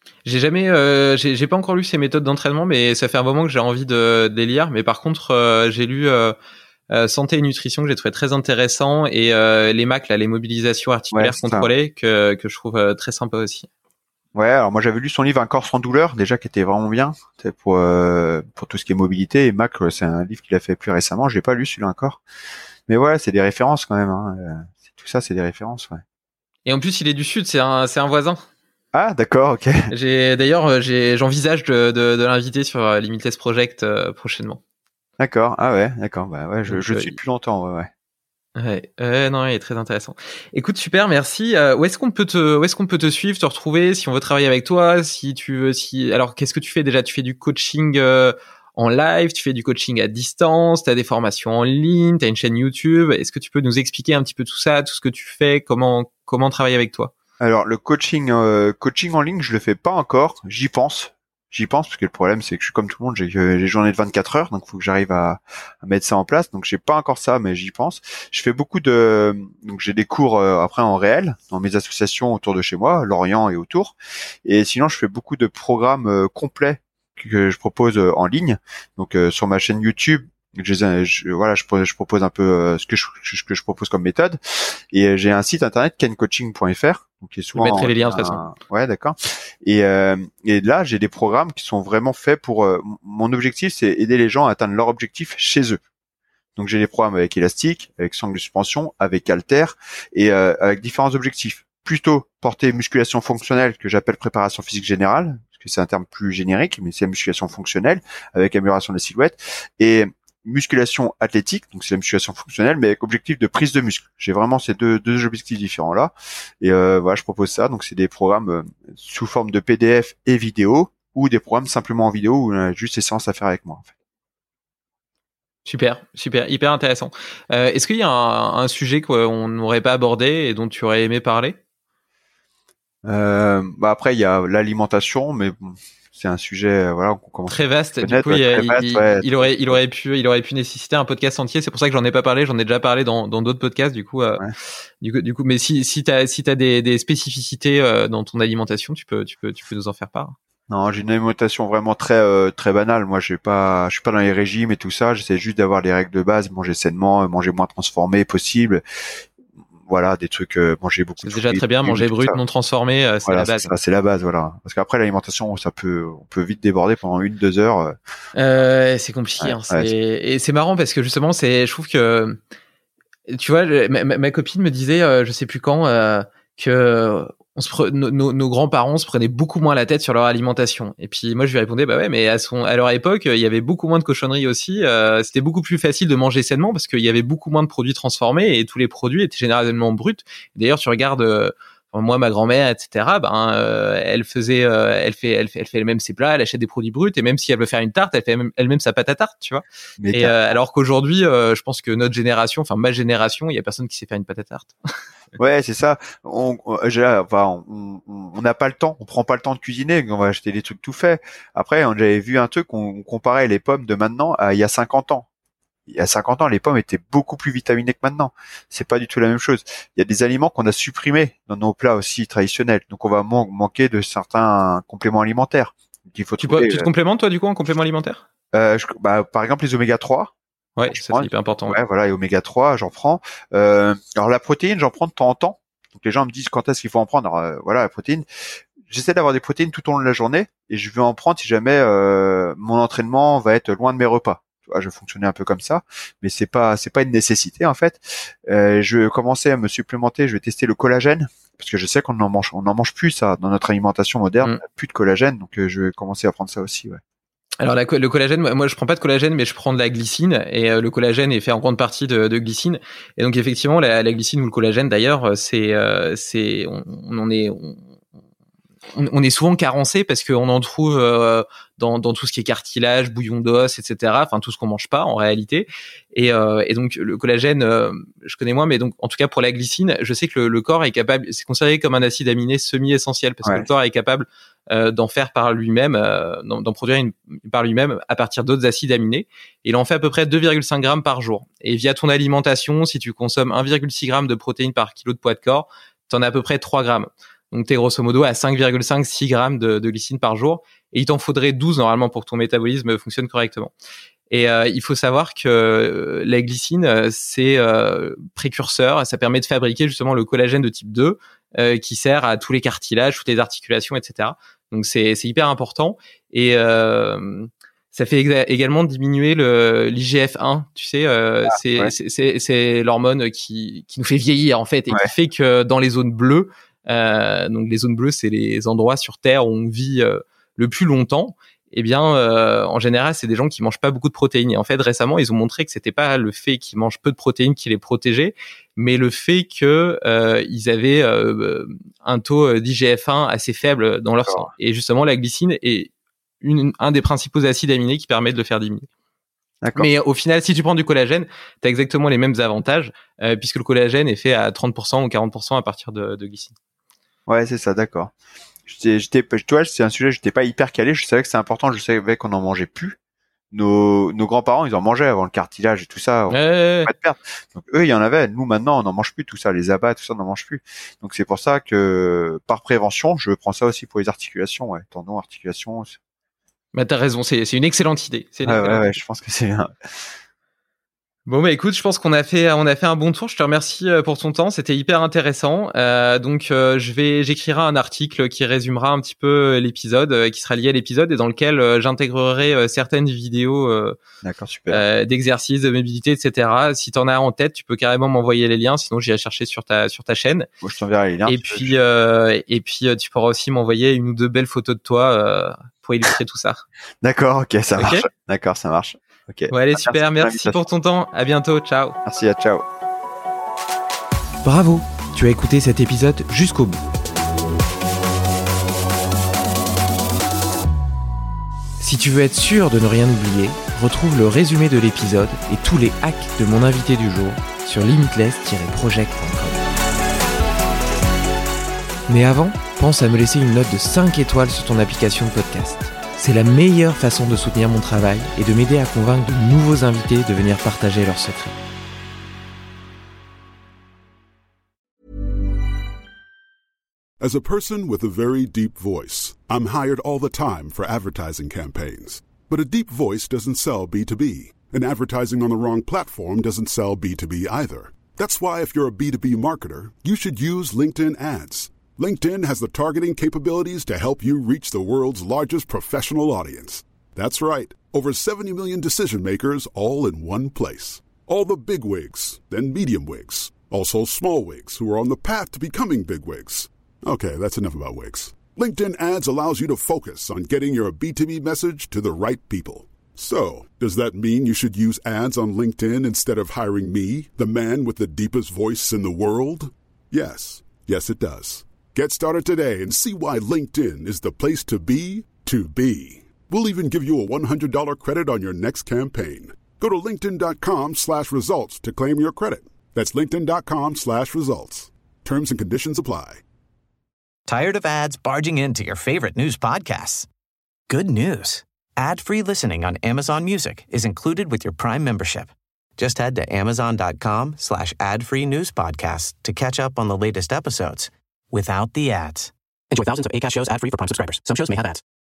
J'ai pas encore lu ses méthodes d'entraînement, mais ça fait un moment que j'ai envie de les lire. Mais par contre, j'ai lu santé et nutrition que j'ai trouvé très intéressant et les MAC, là, les mobilisations articulaires contrôlées que je trouve très sympa aussi. Ouais, alors moi j'avais lu son livre Un corps sans douleur déjà qui était vraiment bien pour tout ce qui est mobilité, et Mac c'est un livre qu'il a fait plus récemment, je l'ai pas lu celui-là encore. Mais ouais, c'est des références quand même hein. Tout ça c'est des références, ouais. Et en plus il est du sud, c'est un voisin. Ah d'accord, OK. J'envisage de l'inviter sur Limitless Project prochainement. D'accord. Ah ouais, d'accord. Bah ouais, je suis plus longtemps, ouais. Non, il est très intéressant. Écoute, super, merci. Où est-ce qu'on peut te suivre, te retrouver, si on veut travailler avec toi, alors qu'est-ce que tu fais déjà? Tu fais du coaching en live, tu fais du coaching à distance, tu as des formations en ligne, tu as une chaîne YouTube. Est-ce que tu peux nous expliquer un petit peu tout ça, tout ce que tu fais, comment travailler avec toi? Alors le coaching en ligne, je le fais pas encore, j'y pense parce que le problème c'est que je suis comme tout le monde, j'ai des journées de 24 heures, donc il faut que j'arrive à mettre ça en place. Donc j'ai pas encore ça, mais j'y pense. Je fais donc j'ai des cours après en réel dans mes associations autour de chez moi, Lorient et autour. Et sinon je fais beaucoup de programmes complets que je propose en ligne. Donc sur ma chaîne YouTube, je propose un peu ce que je propose comme méthode. Et j'ai un site internet kencoaching.fr. Donc qui est souvent. Je mettrai les liens de toute façon. Ouais, d'accord. Et là, j'ai des programmes qui sont vraiment faits pour. Mon objectif, c'est aider les gens à atteindre leur objectif chez eux. Donc j'ai des programmes avec élastique, avec sangle de suspension, avec halter et avec différents objectifs. Plutôt portée musculation fonctionnelle que j'appelle préparation physique générale, parce que c'est un terme plus générique, mais c'est musculation fonctionnelle avec amélioration de la silhouette, et musculation athlétique, donc c'est la musculation fonctionnelle, mais avec objectif de prise de muscle. J'ai vraiment ces deux objectifs différents là, et je propose ça. Donc c'est des programmes sous forme de PDF et vidéo, ou des programmes simplement en vidéo où on a juste les séances à faire avec moi. En fait. Super, hyper intéressant. Est-ce qu'il y a un sujet qu'on n'aurait pas abordé et dont tu aurais aimé parler? Après, il y a l'alimentation, mais bon, c'est un sujet, voilà, qu'on commence très vaste. Du coup, il aurait pu nécessiter un podcast entier. C'est pour ça que j'en ai pas parlé. J'en ai déjà parlé dans d'autres podcasts. Du coup, mais si t'as des spécificités dans ton alimentation, tu peux nous en faire part. Non, j'ai une alimentation vraiment très banale. Moi, je suis pas dans les régimes et tout ça. J'essaie juste d'avoir les règles de base, manger sainement, manger moins transformé possible. Voilà, des trucs, manger beaucoup. C'est déjà très bien, manger brut, non transformé, c'est la base. C'est la base, voilà. Parce qu'après l'alimentation, on peut vite déborder pendant 1-2 heures. C'est compliqué. Et c'est marrant parce que justement, je trouve que, tu vois, ma copine me disait, je sais plus quand, que nos grands-parents se prenaient beaucoup moins la tête sur leur alimentation. Et puis moi je lui répondais bah ouais, mais à leur époque il y avait beaucoup moins de cochonneries aussi. C'était beaucoup plus facile de manger sainement parce qu'il y avait beaucoup moins de produits transformés et tous les produits étaient généralement bruts. D'ailleurs tu regardes moi ma grand-mère etc. Elle fait elle-même ses plats, elle achète des produits bruts et même si elle veut faire une tarte, elle fait elle-même sa pâte à tarte, tu vois. Et alors qu'aujourd'hui je pense que notre génération, enfin ma génération, il y a personne qui sait faire une pâte à tarte. Ouais, c'est ça. On n'a pas le temps, on prend pas le temps de cuisiner, on va acheter des trucs tout faits. Après, j'avais vu un truc, on comparait les pommes de maintenant à il y a 50 ans. Il y a 50 ans, les pommes étaient beaucoup plus vitaminées que maintenant. C'est pas du tout la même chose. Il y a des aliments qu'on a supprimés dans nos plats aussi traditionnels. Donc on va manquer de certains compléments alimentaires. Tu te complémentes toi du coup en complément alimentaire? Par exemple les oméga 3. Ouais, ça c'est hyper important. Ouais, voilà, et oméga 3, j'en prends. Alors la protéine, j'en prends de temps en temps. Donc les gens me disent quand est-ce qu'il faut en prendre. Alors, voilà, la protéine. J'essaie d'avoir des protéines tout au long de la journée et je vais en prendre si jamais mon entraînement va être loin de mes repas. Tu vois, je fonctionnais un peu comme ça, mais c'est pas une nécessité en fait. Je vais commencer à me supplémenter. Je vais tester le collagène parce que je sais qu'on n'en mange plus ça dans notre alimentation moderne. On n'a plus de collagène, donc je vais commencer à prendre ça aussi. Ouais. Alors le collagène, moi je prends pas de collagène, mais je prends de la glycine et le collagène est fait en grande partie de glycine. Et donc effectivement la glycine ou le collagène d'ailleurs, on est souvent carencé parce qu'on en trouve dans tout ce qui est cartilage, bouillon d'os, etc. Enfin tout ce qu'on mange pas en réalité. Et donc le collagène, je connais moins, mais donc en tout cas pour la glycine, je sais que le corps est capable, c'est considéré comme un acide aminé semi-essentiel parce que le corps est capable d'en faire par lui-même, d'en produire par lui-même à partir d'autres acides aminés. Il en fait à peu près 2,5 grammes par jour. Et via ton alimentation, si tu consommes 1,6 grammes de protéines par kilo de poids de corps, t'en as à peu près 3 grammes. Donc t'es grosso modo à 5,5-6 grammes de glycine par jour. Et il t'en faudrait 12 normalement pour que ton métabolisme fonctionne correctement. Et il faut savoir que la glycine, c'est précurseur. Ça permet de fabriquer justement le collagène de type 2 qui sert à tous les cartilages, toutes les articulations, etc. Donc c'est hyper important. Et ça fait également diminuer l'IGF-1. Tu sais, c'est l'hormone qui nous fait vieillir en fait et qui fait que dans les zones bleues, donc les zones bleues, c'est les endroits sur Terre où on vit le plus longtemps. Eh bien, en général, c'est des gens qui mangent pas beaucoup de protéines. Et en fait, récemment, ils ont montré que c'était pas le fait qu'ils mangent peu de protéines qui les protégeait, mais le fait que ils avaient un taux d'IGF-1 assez faible dans leur sang. Et justement, la glycine est un des principaux acides aminés qui permet de le faire diminuer. D'accord. Mais au final, si tu prends du collagène, tu as exactement les mêmes avantages, puisque le collagène est fait à 30% ou 40% à partir de glycine. Ouais, c'est ça, d'accord. Toi, c'est un sujet, j'étais pas hyper calé, je savais que c'est important, je savais qu'on en mangeait plus. Nos grands-parents, ils en mangeaient avant le cartilage et tout ça, pas de perte. Donc eux, il y en avait. Nous, maintenant, on n'en mange plus tout ça, les abats, tout ça, on n'en mange plus. Donc c'est pour ça que, par prévention, je prends ça aussi pour les articulations, tendons, articulations. Bah t'as raison, c'est une excellente idée. Ouais, je pense que c'est bien. Bon écoute, je pense qu'on a fait un bon tour. Je te remercie pour ton temps, c'était hyper intéressant. Donc j'écrirai un article qui résumera un petit peu l'épisode, qui sera lié à l'épisode et dans lequel j'intégrerai certaines vidéos D'accord, super. D'exercices, de mobilité, etc. Si t'en as en tête, tu peux carrément m'envoyer les liens, sinon j'irai chercher sur ta chaîne. Moi je t'enverrai les liens. Et puis tu pourras aussi m'envoyer une ou deux belles photos de toi pour illustrer tout ça. D'accord, ok, ça marche. D'accord, ça marche. Okay. Ouais, allez, super, merci pour ton temps. À bientôt, ciao. Merci, ciao. Bravo, tu as écouté cet épisode jusqu'au bout. Si tu veux être sûr de ne rien oublier, retrouve le résumé de l'épisode et tous les hacks de mon invité du jour sur limitless-project.com. Mais avant, pense à me laisser une note de 5 étoiles sur ton application de podcast. C'est la meilleure façon de soutenir mon travail et de m'aider à convaincre de nouveaux invités de venir partager leurs secrets. As a person with a very deep voice, I'm hired all the time for advertising campaigns. But a deep voice doesn't sell B2B, and advertising on the wrong platform doesn't sell B2B either. That's why if you're a B2B marketer, you should use LinkedIn ads. LinkedIn has the targeting capabilities to help you reach the world's largest professional audience. That's right, over 70 million decision makers all in one place. All the big wigs, then medium wigs, also small wigs who are on the path to becoming big wigs. Okay, that's enough about wigs. LinkedIn ads allows you to focus on getting your B2B message to the right people. So, does that mean you should use ads on LinkedIn instead of hiring me, the man with the deepest voice in the world? Yes. Yes, it does. Get started today and see why LinkedIn is the place to be to be. We'll even give you a $100 credit on your next campaign. Go to linkedin.com/results to claim your credit. That's linkedin.com/results. Terms and conditions apply. Tired of ads barging into your favorite news podcasts? Good news. Ad-free listening on Amazon Music is included with your Prime membership. Just head to amazon.com/ad-free news podcasts to catch up on the latest episodes without the ads. Enjoy thousands of Acast shows ad-free for Prime subscribers. Some shows may have ads.